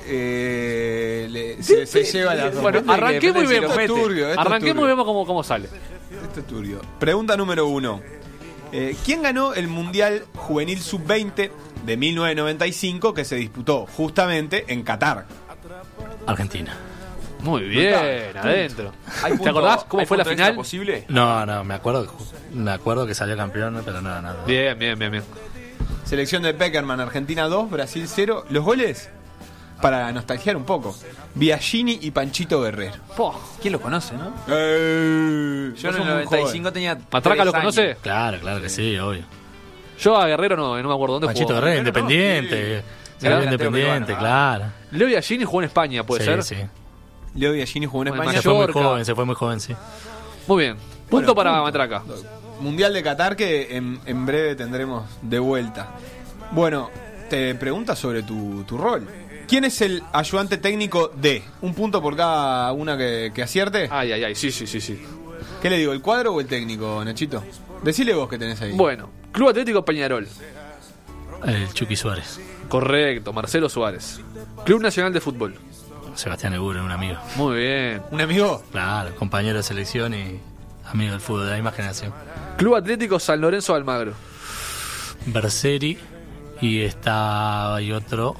Se lleva la. Bueno, arranquemos y vemos. Arranquemos y vemos cómo sale. Esto es turbio. Pregunta número 1. ¿Quién ganó el Mundial Juvenil Sub-20 de 1995 que se disputó justamente en Qatar? Argentina. Muy bien, adentro. ¿Te acordás cómo fue la final? Posible? No, me acuerdo que salió campeón, pero nada. Bien. Selección de Peckerman, Argentina 2, Brasil 0. ¿Los goles? Para nostalgiar un poco. Biagini y Panchito Guerrero. ¿Quién lo conoce, no? Yo en en el 95 tenía. ¿Matraca lo conoce? Claro que sí, obvio. Yo a Guerrero no me acuerdo dónde Panchito jugó. Guerrero, Independiente. Independiente, claro. Leo Biagini jugó en España, ¿puede ser? Sí. Leo Biagini jugó en España. Se fue muy joven, sí. Muy bien. Punto para Matraca. Mundial de Qatar que en breve tendremos de vuelta. Bueno, te preguntas sobre tu rol. ¿Quién es el ayudante técnico de? ¿Un punto por cada una que acierte? Ay, sí. ¿Qué le digo, el cuadro o el técnico, Nachito? Decile vos que tenés ahí. Bueno, Club Atlético Peñarol. El Chucky Suárez. Correcto, Marcelo Suárez. Club Nacional de Fútbol. Sebastián Eguren, un amigo. Muy bien. ¿Un amigo? Claro, compañero de selección y amigo del fútbol de la misma generación. Club Atlético San Lorenzo de Almagro. Berseri y hay otro.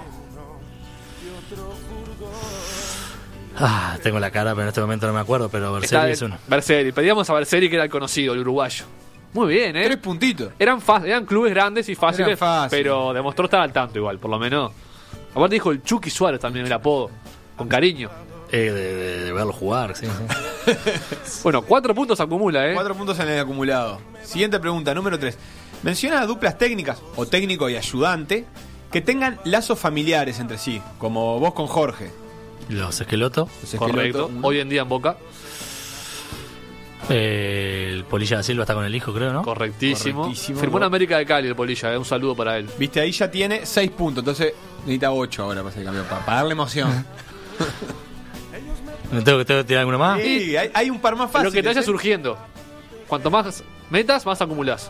Tengo la cara, pero en este momento no me acuerdo, pero Berseri es uno. Berseri. Pedíamos a Berseri, que era el conocido, el uruguayo. Muy bien, 3 puntitos. Eran clubes grandes y fáciles, Eran fáciles. pero demostró estar al tanto igual, por lo menos. Aparte dijo el Chucky Suárez también, el apodo, con cariño. De verlo jugar, sí. Bueno, 4 puntos acumula, 4 puntos en el acumulado. Siguiente pregunta, número 3. Menciona duplas técnicas, o técnico y ayudante, que tengan lazos familiares entre sí, como vos con Jorge. Los Esqueloto. Correcto. Hoy en día en Boca. El Polilla da Silva está con el hijo, creo, ¿no? Correctísimo. Firmó en América de Cali el Polilla, un saludo para él. Viste, ahí ya tiene 6 puntos, entonces necesita 8 ahora para hacer el cambio, para darle emoción. ¿Tengo que tirar alguno más? Sí, hay un par más fáciles. Lo que te vaya surgiendo. Cuanto más metas, más acumulás.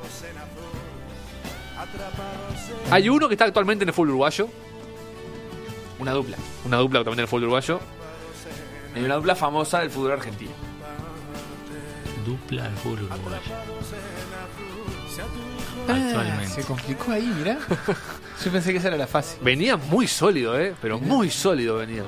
Hay uno que está actualmente en el fútbol uruguayo. Una dupla. Una dupla también en el fútbol uruguayo. Hay una dupla famosa del fútbol argentino. Dupla del fútbol uruguayo. Actualmente. Se complicó ahí, mirá. Yo pensé que esa era la fácil. Venía muy sólido, pero muy sólido venía.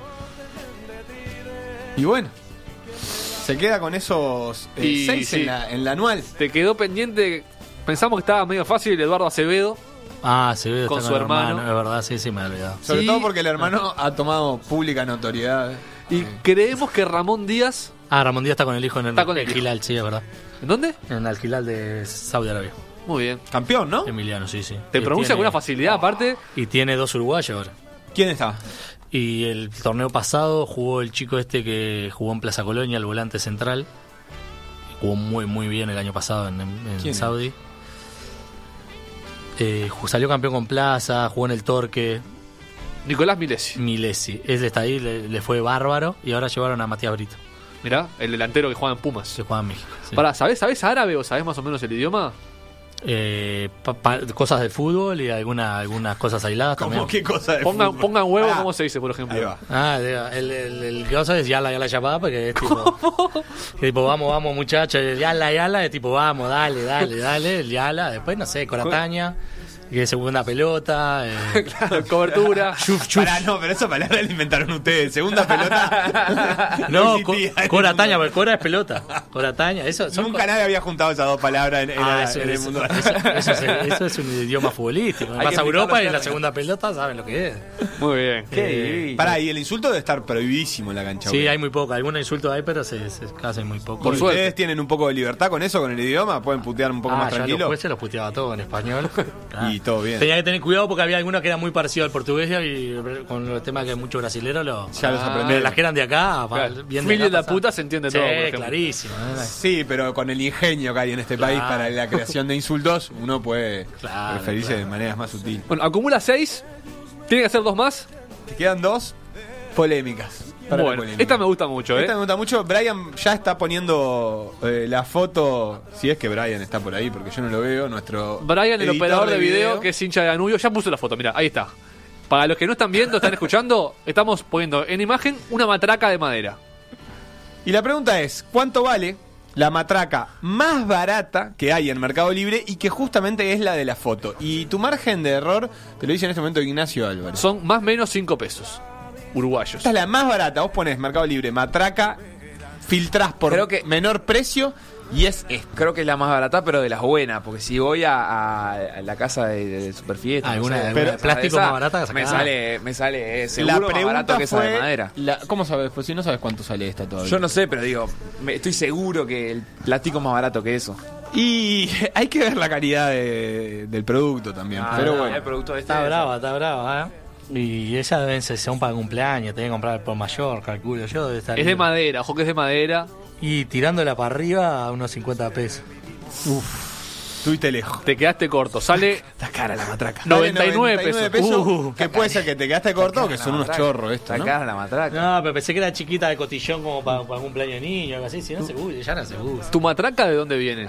Y bueno, se queda con esos 6 sí. en la anual. Te quedó pendiente. Pensamos que estaba medio fácil Eduardo Acevedo. Acevedo con está su el hermano. Es verdad, sí, me he olvidado. Sobre Sí. todo porque el hermano ha tomado pública notoriedad. Y creemos que Ramón Díaz. Ramón Díaz está con el hijo en el Está con el hijo. Hilal, sí, es verdad. ¿En dónde? En el Hilal de Saudi Arabia. Muy bien. Campeón, ¿no? Emiliano, sí. Te Y pronuncia con una facilidad, aparte. Y tiene 2 uruguayos ahora. ¿Quién está? Y el torneo pasado jugó el chico que jugó en Plaza Colonia, el volante central. Jugó muy, muy bien el año pasado en Saudi. Salió campeón con Plaza, jugó en el Torque. Nicolás Milesi. Él está ahí, le fue bárbaro. Y ahora llevaron a Matías Brito, Mirá, el delantero que juega en Pumas. que juega en México. Sí. Pará, ¿sabés árabe o sabés más o menos el idioma? Cosas de fútbol y algunas cosas aisladas ¿Cómo también. qué cosa de fútbol? Pongan huevo, Ah, ¿cómo se dice, por ejemplo? Ahí va. El que cosa es yala llamada, porque es tipo, que tipo vamos muchachos, yala, es tipo vamos, dale, el yala, después no sé, Corataña, que es segunda pelota, Claro, cobertura. Pará, no, pero esa palabra la inventaron ustedes. Segunda pelota. no, existía. Corataña, porque Cora es pelota, Corataña, eso son Nunca nadie había juntado esas dos palabras en el mundo. eso es un idioma futbolístico. Hay Vas que a Europa y explicarlo en la siempre. segunda pelota saben lo que es. Muy bien. Pará, y el insulto debe estar prohibidísimo en la cancha. Sí, ¿ok? hay muy poco, algunos insultos hay, pero se hacen muy poco. Por ¿Y suerte. ustedes tienen un poco de libertad con eso, con el idioma? ¿Pueden putear un poco más ya tranquilo? los jueces los puteaba todo en español. Y todo bien. Tenía que tener cuidado porque había algunos que eran muy parecidos al portugués y con el tema que hay muchos brasileños Ya los aprendí. las que eran de acá, Claro. bien Familia de la pasan. puta se entiende Sí, todo, por ejemplo. clarísimo. Sí, pero con el ingenio que hay en este país Claro. para la creación de insultos, uno puede Claro, referirse claro. de maneras más sutiles. Bueno, acumula 6. Tiene que hacer 2 más. Te quedan 2 polémicas. Para la Bueno, polémica. esta me gusta mucho, Esta me gusta mucho. Brian ya está poniendo la foto, si es que Brian está por ahí, porque yo no lo veo. Nuestro Brian, el editor operador de video, que es hincha de Danubio, ya puso la foto. Mira, ahí está. Para los que no están viendo, están escuchando, estamos poniendo en imagen una matraca de madera. Y la pregunta es, ¿cuánto vale la matraca más barata que hay en Mercado Libre y que justamente es la de la foto? Y tu margen de error, te lo dice en este momento Ignacio Álvarez. Son más o menos 5 pesos uruguayos. Esta es la más barata. Vos pones Mercado Libre, matraca, filtrás por Creo que- menor precio y es esta. Creo que es la más barata, pero de las buenas. Porque si voy a la casa de Superfiesta, Alguna de pero- plástico más barata que me sacada. sale seguro más barato que esa de madera. ¿Cómo sabes? Pues si no sabes cuánto sale esta todavía. Yo no sé, pero digo, estoy seguro que el plástico es más barato que eso. Y hay que ver la calidad del producto también. pero bueno. El producto este Está brava, Y ella deben ser son para cumpleaños, tienen que comprar por mayor, calculo yo. Debe estar Es de madera, ojo que es de madera. Y tirándola para arriba a unos 50 pesos. Estuviste lejos. Te quedaste corto. Sale Está cara la matraca. 99 pesos. que puede ser que te quedaste corto, que son unos chorros estos, Está ¿no? cara la matraca. No, pero pensé que era chiquita de cotillón como para cumpleaños de niño o algo así. Si no se usa, ya no se usa. ¿Tu matraca de dónde viene?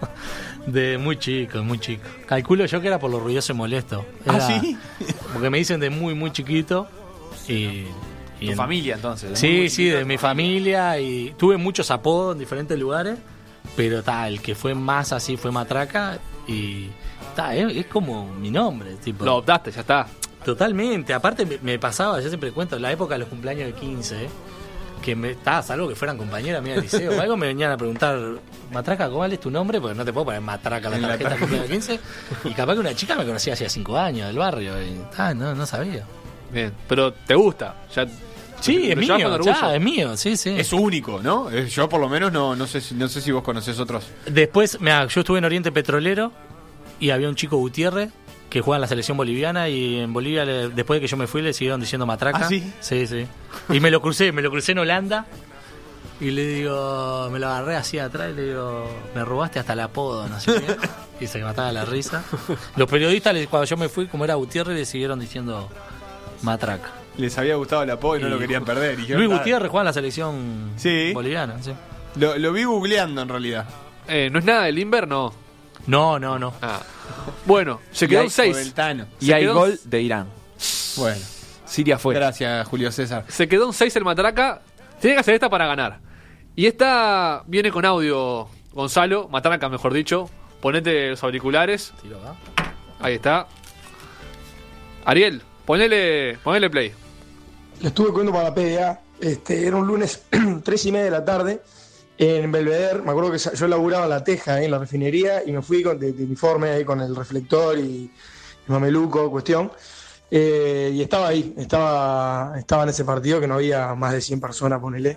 De muy chico. Calculo yo que era por lo ruidoso y molesto. ¿Ah, Era- sí? Porque me dicen de muy chiquito y Y Tu familia, entonces. Sí, sí, de mi familia. Y tuve muchos apodos en diferentes lugares. Pero el que fue más así fue Matraca. Y es como mi nombre. Tipo. Lo adoptaste, ya está. Totalmente. Aparte me pasaba, yo siempre cuento, en la época de los cumpleaños de 15, que salvo que fueran compañeras mías del liceo o algo, me venían a preguntar, Matraca, ¿cuál es tu nombre? Porque no te puedo poner Matraca en la tarjeta de cumpleaños de 15. Y capaz que una chica me conocía hacía 5 años del barrio. Y no sabía. Bien, pero te gusta. Ya, sí, es lo llevas mío, con orgullo. es mío, sí. Es único, ¿no? Yo por lo menos no sé si vos conocés otros. Después, yo estuve en Oriente Petrolero y había un chico Gutiérrez que juega en la selección boliviana, y en Bolivia, después de que yo me fui, le siguieron diciendo Matraca. ¿Ah, sí? Sí. Y me lo crucé en Holanda, y le digo, me lo agarré así atrás y le digo, me robaste hasta el apodo, no sé qué. Y se mataba la risa. Los periodistas, cuando yo me fui, como era Gutiérrez, le siguieron diciendo Matraca. Les había gustado el apodo y no lo querían perder. Y Luis Gutiérrez juega en la selección boliviana, sí. Lo vi googleando en realidad. ¿No es nada del Inver? No. No. Ah. Bueno, se quedó en 6. Y hay gol de Irán. Bueno, Siria fue. gracias, Julio César. Se quedó en 6 el Matraca. Tiene que hacer esta para ganar. Y esta viene con audio, Gonzalo. Matraca, mejor dicho. Ponete los auriculares. Ahí está. Ariel, ponele play. Lo estuve cogiendo para la PDA. Era un lunes 3:30 de la tarde en Belvedere. Me acuerdo que yo laburaba en La Teja, en la refinería, y me fui de uniforme ahí con el reflector y el mameluco, cuestión. Y estaba ahí, estaba en ese partido que no había más de 100 personas, ponele.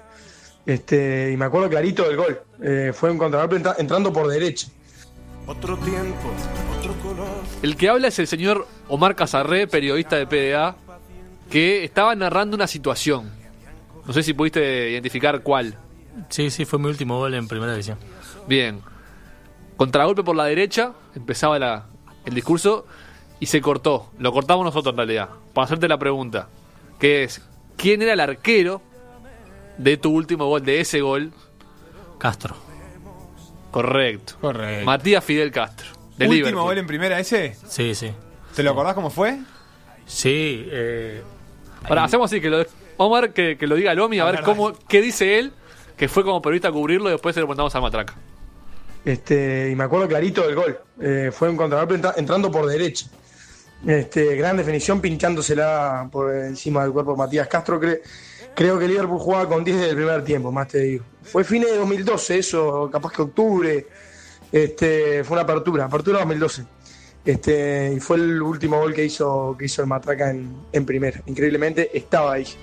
Y me acuerdo clarito del gol. Fue un contragolpe entrando por derecha. Otro tiempo, otro color. El que habla es el señor Omar Casarré, periodista de PDA, que estaba narrando una situación. No sé si pudiste identificar cuál. Sí, fue mi último gol en primera división. Bien. Contragolpe por la derecha, empezaba el discurso y se cortó. Lo cortamos nosotros en realidad. Para hacerte la pregunta, que es, ¿quién era el arquero de tu último gol, de ese gol? Castro. Correcto. Correcto. Matías Fidel Castro, de ¿Último Liverpool. gol en primera ese? Sí. ¿Te lo acordás cómo fue? Sí. Ahora, hacemos así, Omar, que lo diga Lomi, a ver qué dice él, que fue como periodista a cubrirlo, y después se lo preguntamos a Matraca. Y me acuerdo clarito del gol. Fue un contragolpe entrando por derecha. Gran definición, pinchándosela por encima del cuerpo de Matías Castro. Creo que Liverpool jugaba con 10 desde el primer tiempo, más te digo. Fue fines de 2012, eso, capaz que octubre. Fue una apertura 2012. Y fue el último gol que hizo el Matraca en primera. Increíblemente estaba ahí.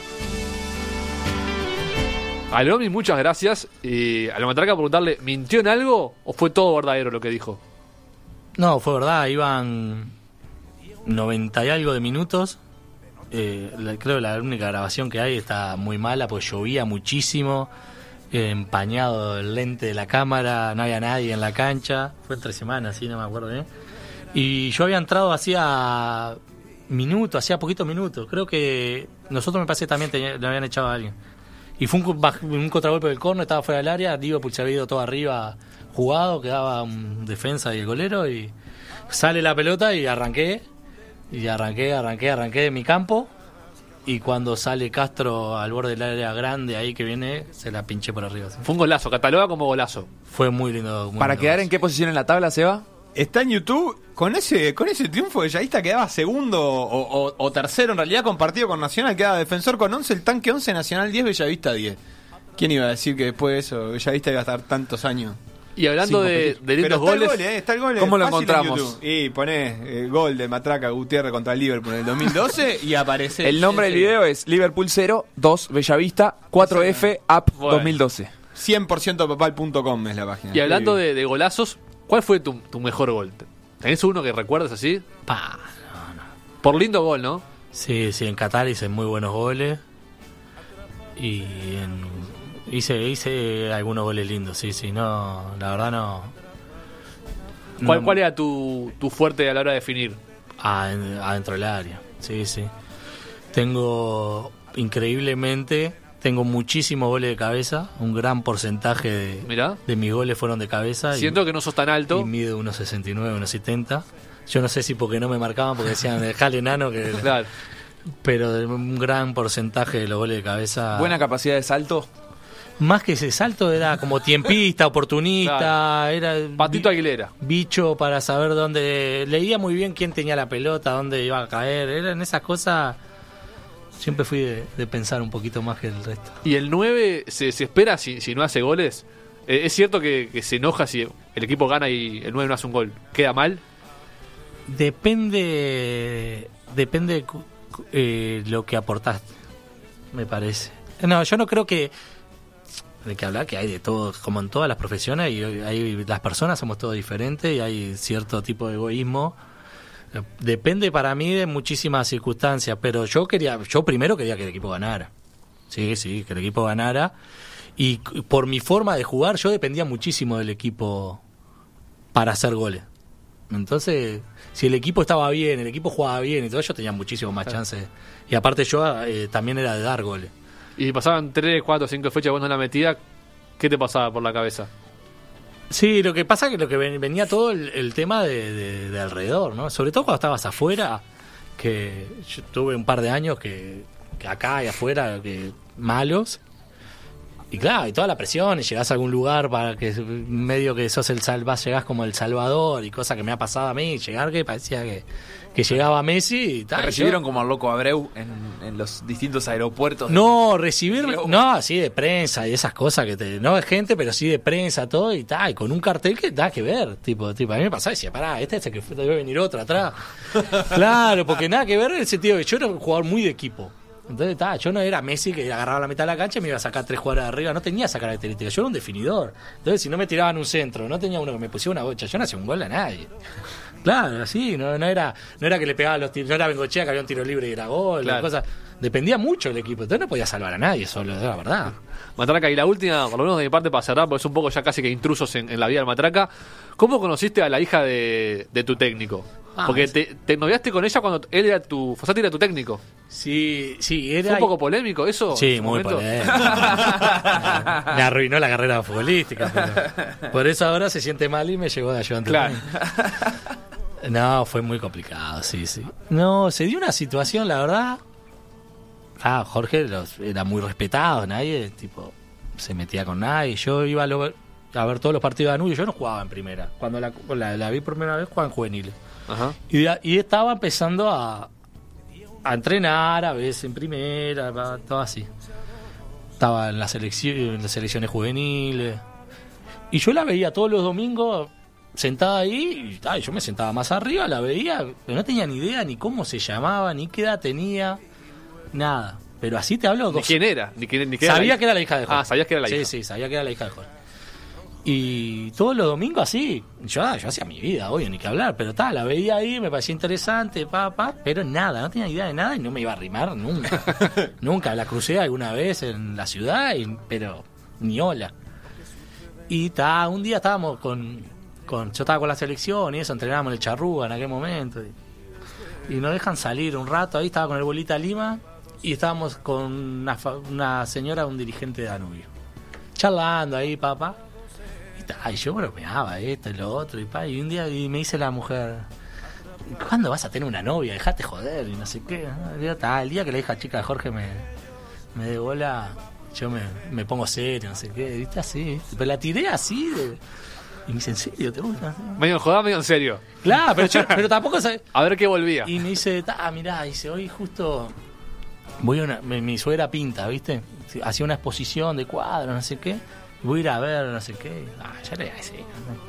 A Lomi, muchas gracias. Y a la Matraca preguntarle, ¿mintió en algo o fue todo verdadero lo que dijo? No, fue verdad, iban 90 y algo de minutos. Creo que la única grabación que hay está muy mala, porque llovía muchísimo, empañado el lente de la cámara, no había nadie en la cancha. Fue entre semanas, sí, no me acuerdo bien. Y yo había entrado hacía poquitos minutos. Creo que nosotros, me parece, también le habían echado a alguien. Y fue un contragolpe del córner, estaba fuera del área. Liverpool se había ido todo arriba jugado, quedaba un defensa y el golero. Y sale la pelota y arranqué. Y arranqué de mi campo. Y cuando sale Castro al borde del área grande, ahí que viene, se la pinché por arriba. ¿Sí? Fue un golazo, cataloga como golazo. Fue muy lindo. Muy ¿Para lindo quedar golazo. en qué posición en la tabla, Seba? Está en YouTube. Con ese triunfo de Bellavista quedaba segundo o tercero en realidad, compartido con Nacional. Quedaba Defensor con 11, el Tanque 11, Nacional 10, Bellavista 10. ¿Quién iba a decir que después de eso Bellavista iba a estar tantos años? Y hablando de lindos goles, Está el gol, ¿cómo lo fácil en encontramos? YouTube. Y ponés el gol de Matraca Gutiérrez contra el Liverpool en el 2012 y aparece. El nombre del video es Liverpool 0, 2 Bellavista, 4F, Up Bueno. 2012. 100%papal.com es la página. y hablando de golazos, ¿cuál fue tu mejor gol? ¿Tenés uno que recuerdas así? Pa. Por lindo gol, ¿no? Sí, en Qatar hice muy buenos goles. Y hice algunos goles lindos, sí, no, la verdad no. ¿Cuál era tu fuerte a la hora de definir? Adentro del área, sí. Tengo muchísimos goles de cabeza, un gran porcentaje Mirá. de mis goles fueron de cabeza. Siento que no sos tan alto. Y mido 1,69, 1,70. Yo no sé si porque no me marcaban, porque decían, dejale enano que... Claro. pero de un gran porcentaje de los goles de cabeza. Buena capacidad de salto. Más que ese salto era como tiempista, oportunista, Claro. era Patito Aguilera. bicho para saber dónde, leía muy bien quién tenía la pelota, dónde iba a caer, eran esas cosas. Siempre fui de pensar un poquito más que el resto. ¿Y el 9 se espera si no hace goles? ¿Es cierto que se enoja si el equipo gana y el 9 no hace un gol? ¿Queda mal? Depende lo que aportaste, me parece. No, yo no creo que de que hablar, que hay de todo, como en todas las profesiones, y hay, las personas somos todos diferentes y hay cierto tipo de egoísmo. Depende para mí de muchísimas circunstancias, pero yo primero quería que el equipo ganara. Sí, que el equipo ganara. Y por mi forma de jugar, yo dependía muchísimo del equipo para hacer goles. Entonces, si el equipo estaba bien, el equipo jugaba bien y todo, yo tenía muchísimo más chances. Y aparte yo también era de dar goles. Y pasaban 3, 4, 5 fechas vos no la metía, ¿qué te pasaba por la cabeza? Sí, lo que pasa es que lo que venía todo el tema de alrededor, ¿no? Sobre todo cuando estabas afuera, que yo tuve un par de años que acá y afuera, que malos. Y claro, y toda la presión, y llegás a algún lugar para que medio que sos llegás como el Salvador, y cosa que me ha pasado a mí, llegar que parecía que llegaba Messi y tal. ¿Te recibieron como al loco Abreu en los distintos aeropuertos? No, recibirme, no, así de prensa y esas cosas no de gente, pero sí de prensa, todo y tal, y con un cartel que da que ver, tipo, a mí me pasaba y decía, pará, este es el que debe venir otro atrás. Claro, porque nada que ver en el sentido de que yo era un jugador muy de equipo. Entonces, yo no era Messi que agarraba la mitad de la cancha y me iba a sacar 3 jugadores de arriba, no tenía esa característica, yo era un definidor. Entonces, si no me tiraban un centro, no tenía uno que me pusiera una bocha, yo no hacía un gol a nadie. Claro, así, no era que le pegaba los tiros, no era Bengochea que había un tiro libre y era gol, claro. Cosas. Dependía mucho del equipo, entonces no podía salvar a nadie solo, es la verdad. Matraca, y la última, por lo menos de mi parte para cerrar, porque es un poco ya casi que intrusos en la vida del Matraca. ¿Cómo conociste a la hija de tu técnico? Porque te noviaste con ella cuando él era Fossati era tu técnico. Sí, era. ¿Fue un poco polémico eso? Sí, muy polémico. Me arruinó la carrera futbolística. Pero por eso ahora se siente mal y me llegó de ayudante. Claro. No, fue muy complicado, sí. No, se dio una situación, la verdad. Jorge era muy respetado, nadie se metía con nadie. Yo iba a ver todos los partidos de Danubio, yo no jugaba en primera. Cuando la vi por primera vez, jugaba en juveniles. Ajá. Y estaba empezando a entrenar a veces en primera, todo así. Estaba en las selecciones juveniles. Y yo la veía todos los domingos sentada ahí, y yo me sentaba más arriba, la veía, pero no tenía ni idea ni cómo se llamaba, ni qué edad tenía, nada. Pero así te hablo. ¿Ni quién era? ¿Ni qué sabía que era la hija de Jorge. ¿Sabías que era la hija? Sí, sabía que era la hija de Jorge. Y todos los domingos así, yo hacía mi vida, obvio, ni que hablar, pero la veía ahí, me parecía interesante, pero nada, no tenía idea de nada y no me iba a arrimar nunca. Nunca, la crucé alguna vez en la ciudad, pero ni hola. Y un día estábamos yo estaba con la selección y eso, entrenábamos en el Charrúa en aquel momento. Y nos dejan salir un rato, ahí estaba con el Bolita Lima y estábamos con una señora, un dirigente de Danubio, charlando ahí, papá. Y yo bromeaba esto y lo otro, y un día me dice la mujer, ¿cuándo vas a tener una novia? Dejate joder, y no sé qué. El día que la hija chica de Jorge me dé bola, yo me pongo serio, no sé qué, ¿viste? Así, pero la tiré así y me dice, ¿en serio te gusta? Medio en joda, medio en serio. Claro, pero tampoco a ver qué volvía. Y me dice, mirá, dice, hoy justo voy mi suegra pinta, ¿viste? Hacía una exposición de cuadros, no sé qué. Voy a ir a ver, no sé qué. Ya le voy a decir.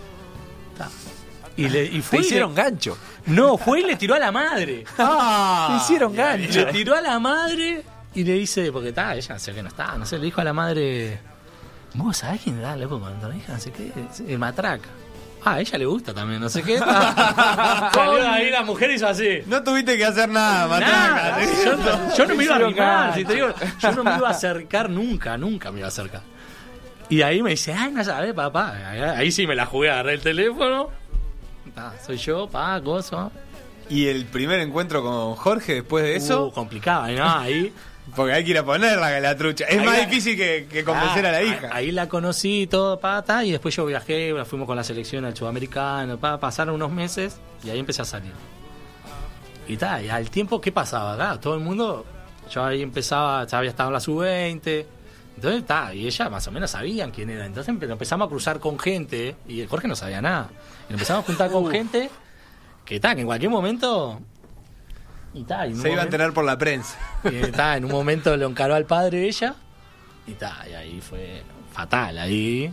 Y fue. ¿Te hicieron gancho? No, fue y le tiró a la madre. Te hicieron gancho. Le tiró a la madre y le dice, porque ella no sé qué no está, no sé, le dijo a la madre, ¿vos sabés quién era, loco, cuando la hija, no sé qué? El Matraca. A ella le gusta también, no sé qué. Salió ahí la mujer hizo así. No tuviste que hacer nada, Matraca. Yo no me iba a arrimar, si te digo, yo no me iba a acercar nunca me iba a acercar. Y ahí me dice, no sabes, papá. Ahí sí me la jugué, agarré el teléfono. Soy yo, gozo. ¿Y el primer encuentro con Jorge después de eso? Complicado, ¿no? Ahí. Porque hay que ir a ponerla la trucha. Es más difícil que convencer a la hija. Ahí la conocí todo, y después yo viajé, fuimos con la selección al Sudamericano, pasaron unos meses y ahí empecé a salir. Y tal, y al tiempo, ¿qué pasaba? Claro, todo el mundo, yo ahí empezaba, ya había estado en la sub-20, entonces está, y ella más o menos sabían quién era. Entonces empezamos a cruzar con gente, y el Jorge no sabía nada. Y nos empezamos a juntar con gente que está, que en cualquier momento. Y ta, y en un Se iba a momento- enterar por la prensa. y ta, en un momento lo encaró al padre de ella, y ta, y ahí fue fatal, ahí.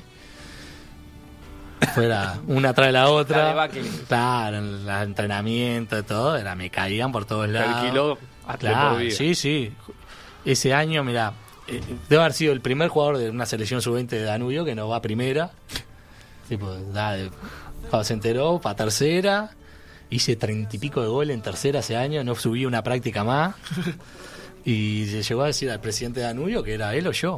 Fuera una tras de la La otra. debacle. Claro, el entrenamiento y todo, me caían por todos lados. Alquiló hasta Claro, por vida. sí. Ese año, mirá, debo haber sido el primer jugador de una selección sub-20 de Danubio que no va a primera. Tipo, cuando se enteró, para tercera. Hice 30 y pico de goles en tercera ese año, no subí una práctica más. Y se llegó a decir al presidente de Danubio que era él o yo.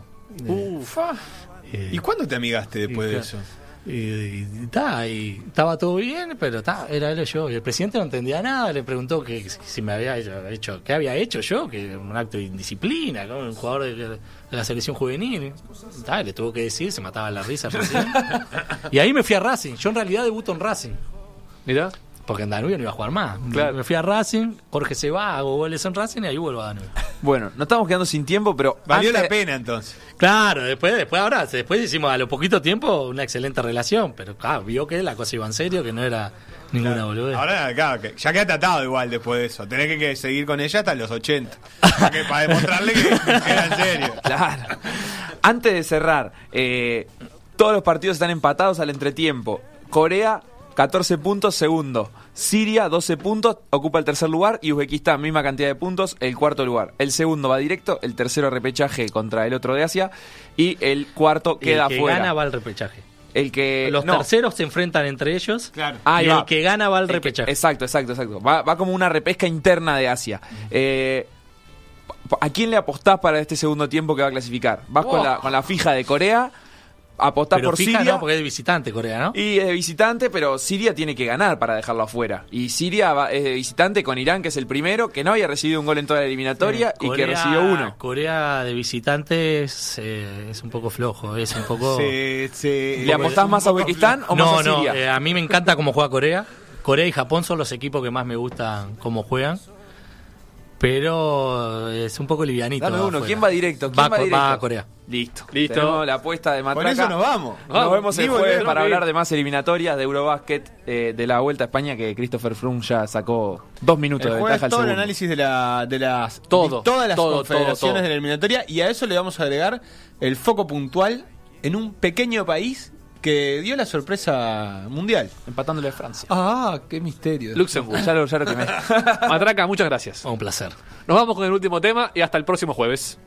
¿Y cuándo te amigaste después de eso? Y estaba todo bien, pero era él o yo. Y el presidente no entendía nada, le preguntó que si me había hecho, qué había hecho yo, que un acto de indisciplina, ¿no? Un jugador de la selección juvenil. Le tuvo que decir, se mataba la risa recién. Y ahí me fui a Racing. Yo en realidad debuto en Racing, Mirá. porque en Danubio no iba a jugar más. Claro. Me fui a Racing, Jorge se va, hago goles en Racing y ahí vuelvo a Danubio. Bueno, nos estamos quedando sin tiempo, pero Valió antes- la pena entonces. Claro, después hicimos a lo poquito tiempo una excelente relación, pero claro, vio que la cosa iba en serio, que no era ninguna boludez. Ahora, claro, que ya quedaste atado igual después de eso. Tenés que seguir con ella hasta los 80. Para demostrarle que era en serio. Claro. Antes de cerrar, todos los partidos están empatados al entretiempo. Corea, 14 puntos, segundo. Siria, 12 puntos, ocupa el tercer lugar. Y Uzbekistán, misma cantidad de puntos, el cuarto lugar. El segundo va directo, el tercero repechaje contra el otro de Asia. Y el cuarto queda el que fuera. gana va al repechaje. El que. Los no. terceros se enfrentan entre ellos. Claro. Ahí y va. el que gana va al El que- repechaje. Exacto. Va como una repesca interna de Asia. ¿A quién le apostás para este segundo tiempo que va a clasificar? ¿Vas con la fija de Corea? ¿Apostás Pero por fija Siria? no, porque es de visitante Corea, ¿no? Y es de visitante, pero Siria tiene que ganar para dejarlo afuera. Y Siria es de visitante con Irán, que es el primero, que no había recibido un gol en toda la eliminatoria y que recibió uno. Corea de visitante es un poco flojo, es un poco... ¿Le apostás más a Uzbekistán o más a Siria? a mí me encanta cómo juega Corea. Corea y Japón son los equipos que más me gustan cómo juegan. Pero es un poco livianito. Dame uno. afuera. ¿Quién va directo? ¿Quién va directo? Va a Corea. Listo. Listo. Tenemos la apuesta de Matraca. Con eso nos vamos. Nos vemos el Ni jueves volver, para no, hablar de más eliminatorias de Eurobasket de la Vuelta a España, que Christopher Froome ya sacó 2 minutos El de jueves ventaja al todo el segundo. análisis de Todo, todas las todo, confederaciones todo. de la eliminatoria, y a eso le vamos a agregar el foco puntual en un pequeño país que dio la sorpresa mundial. Empatándole a Francia. Ah, qué misterio. Luxemburgo. Ya lo quemé. Matraca, muchas gracias. Un placer. Nos vamos con el último tema y hasta el próximo jueves.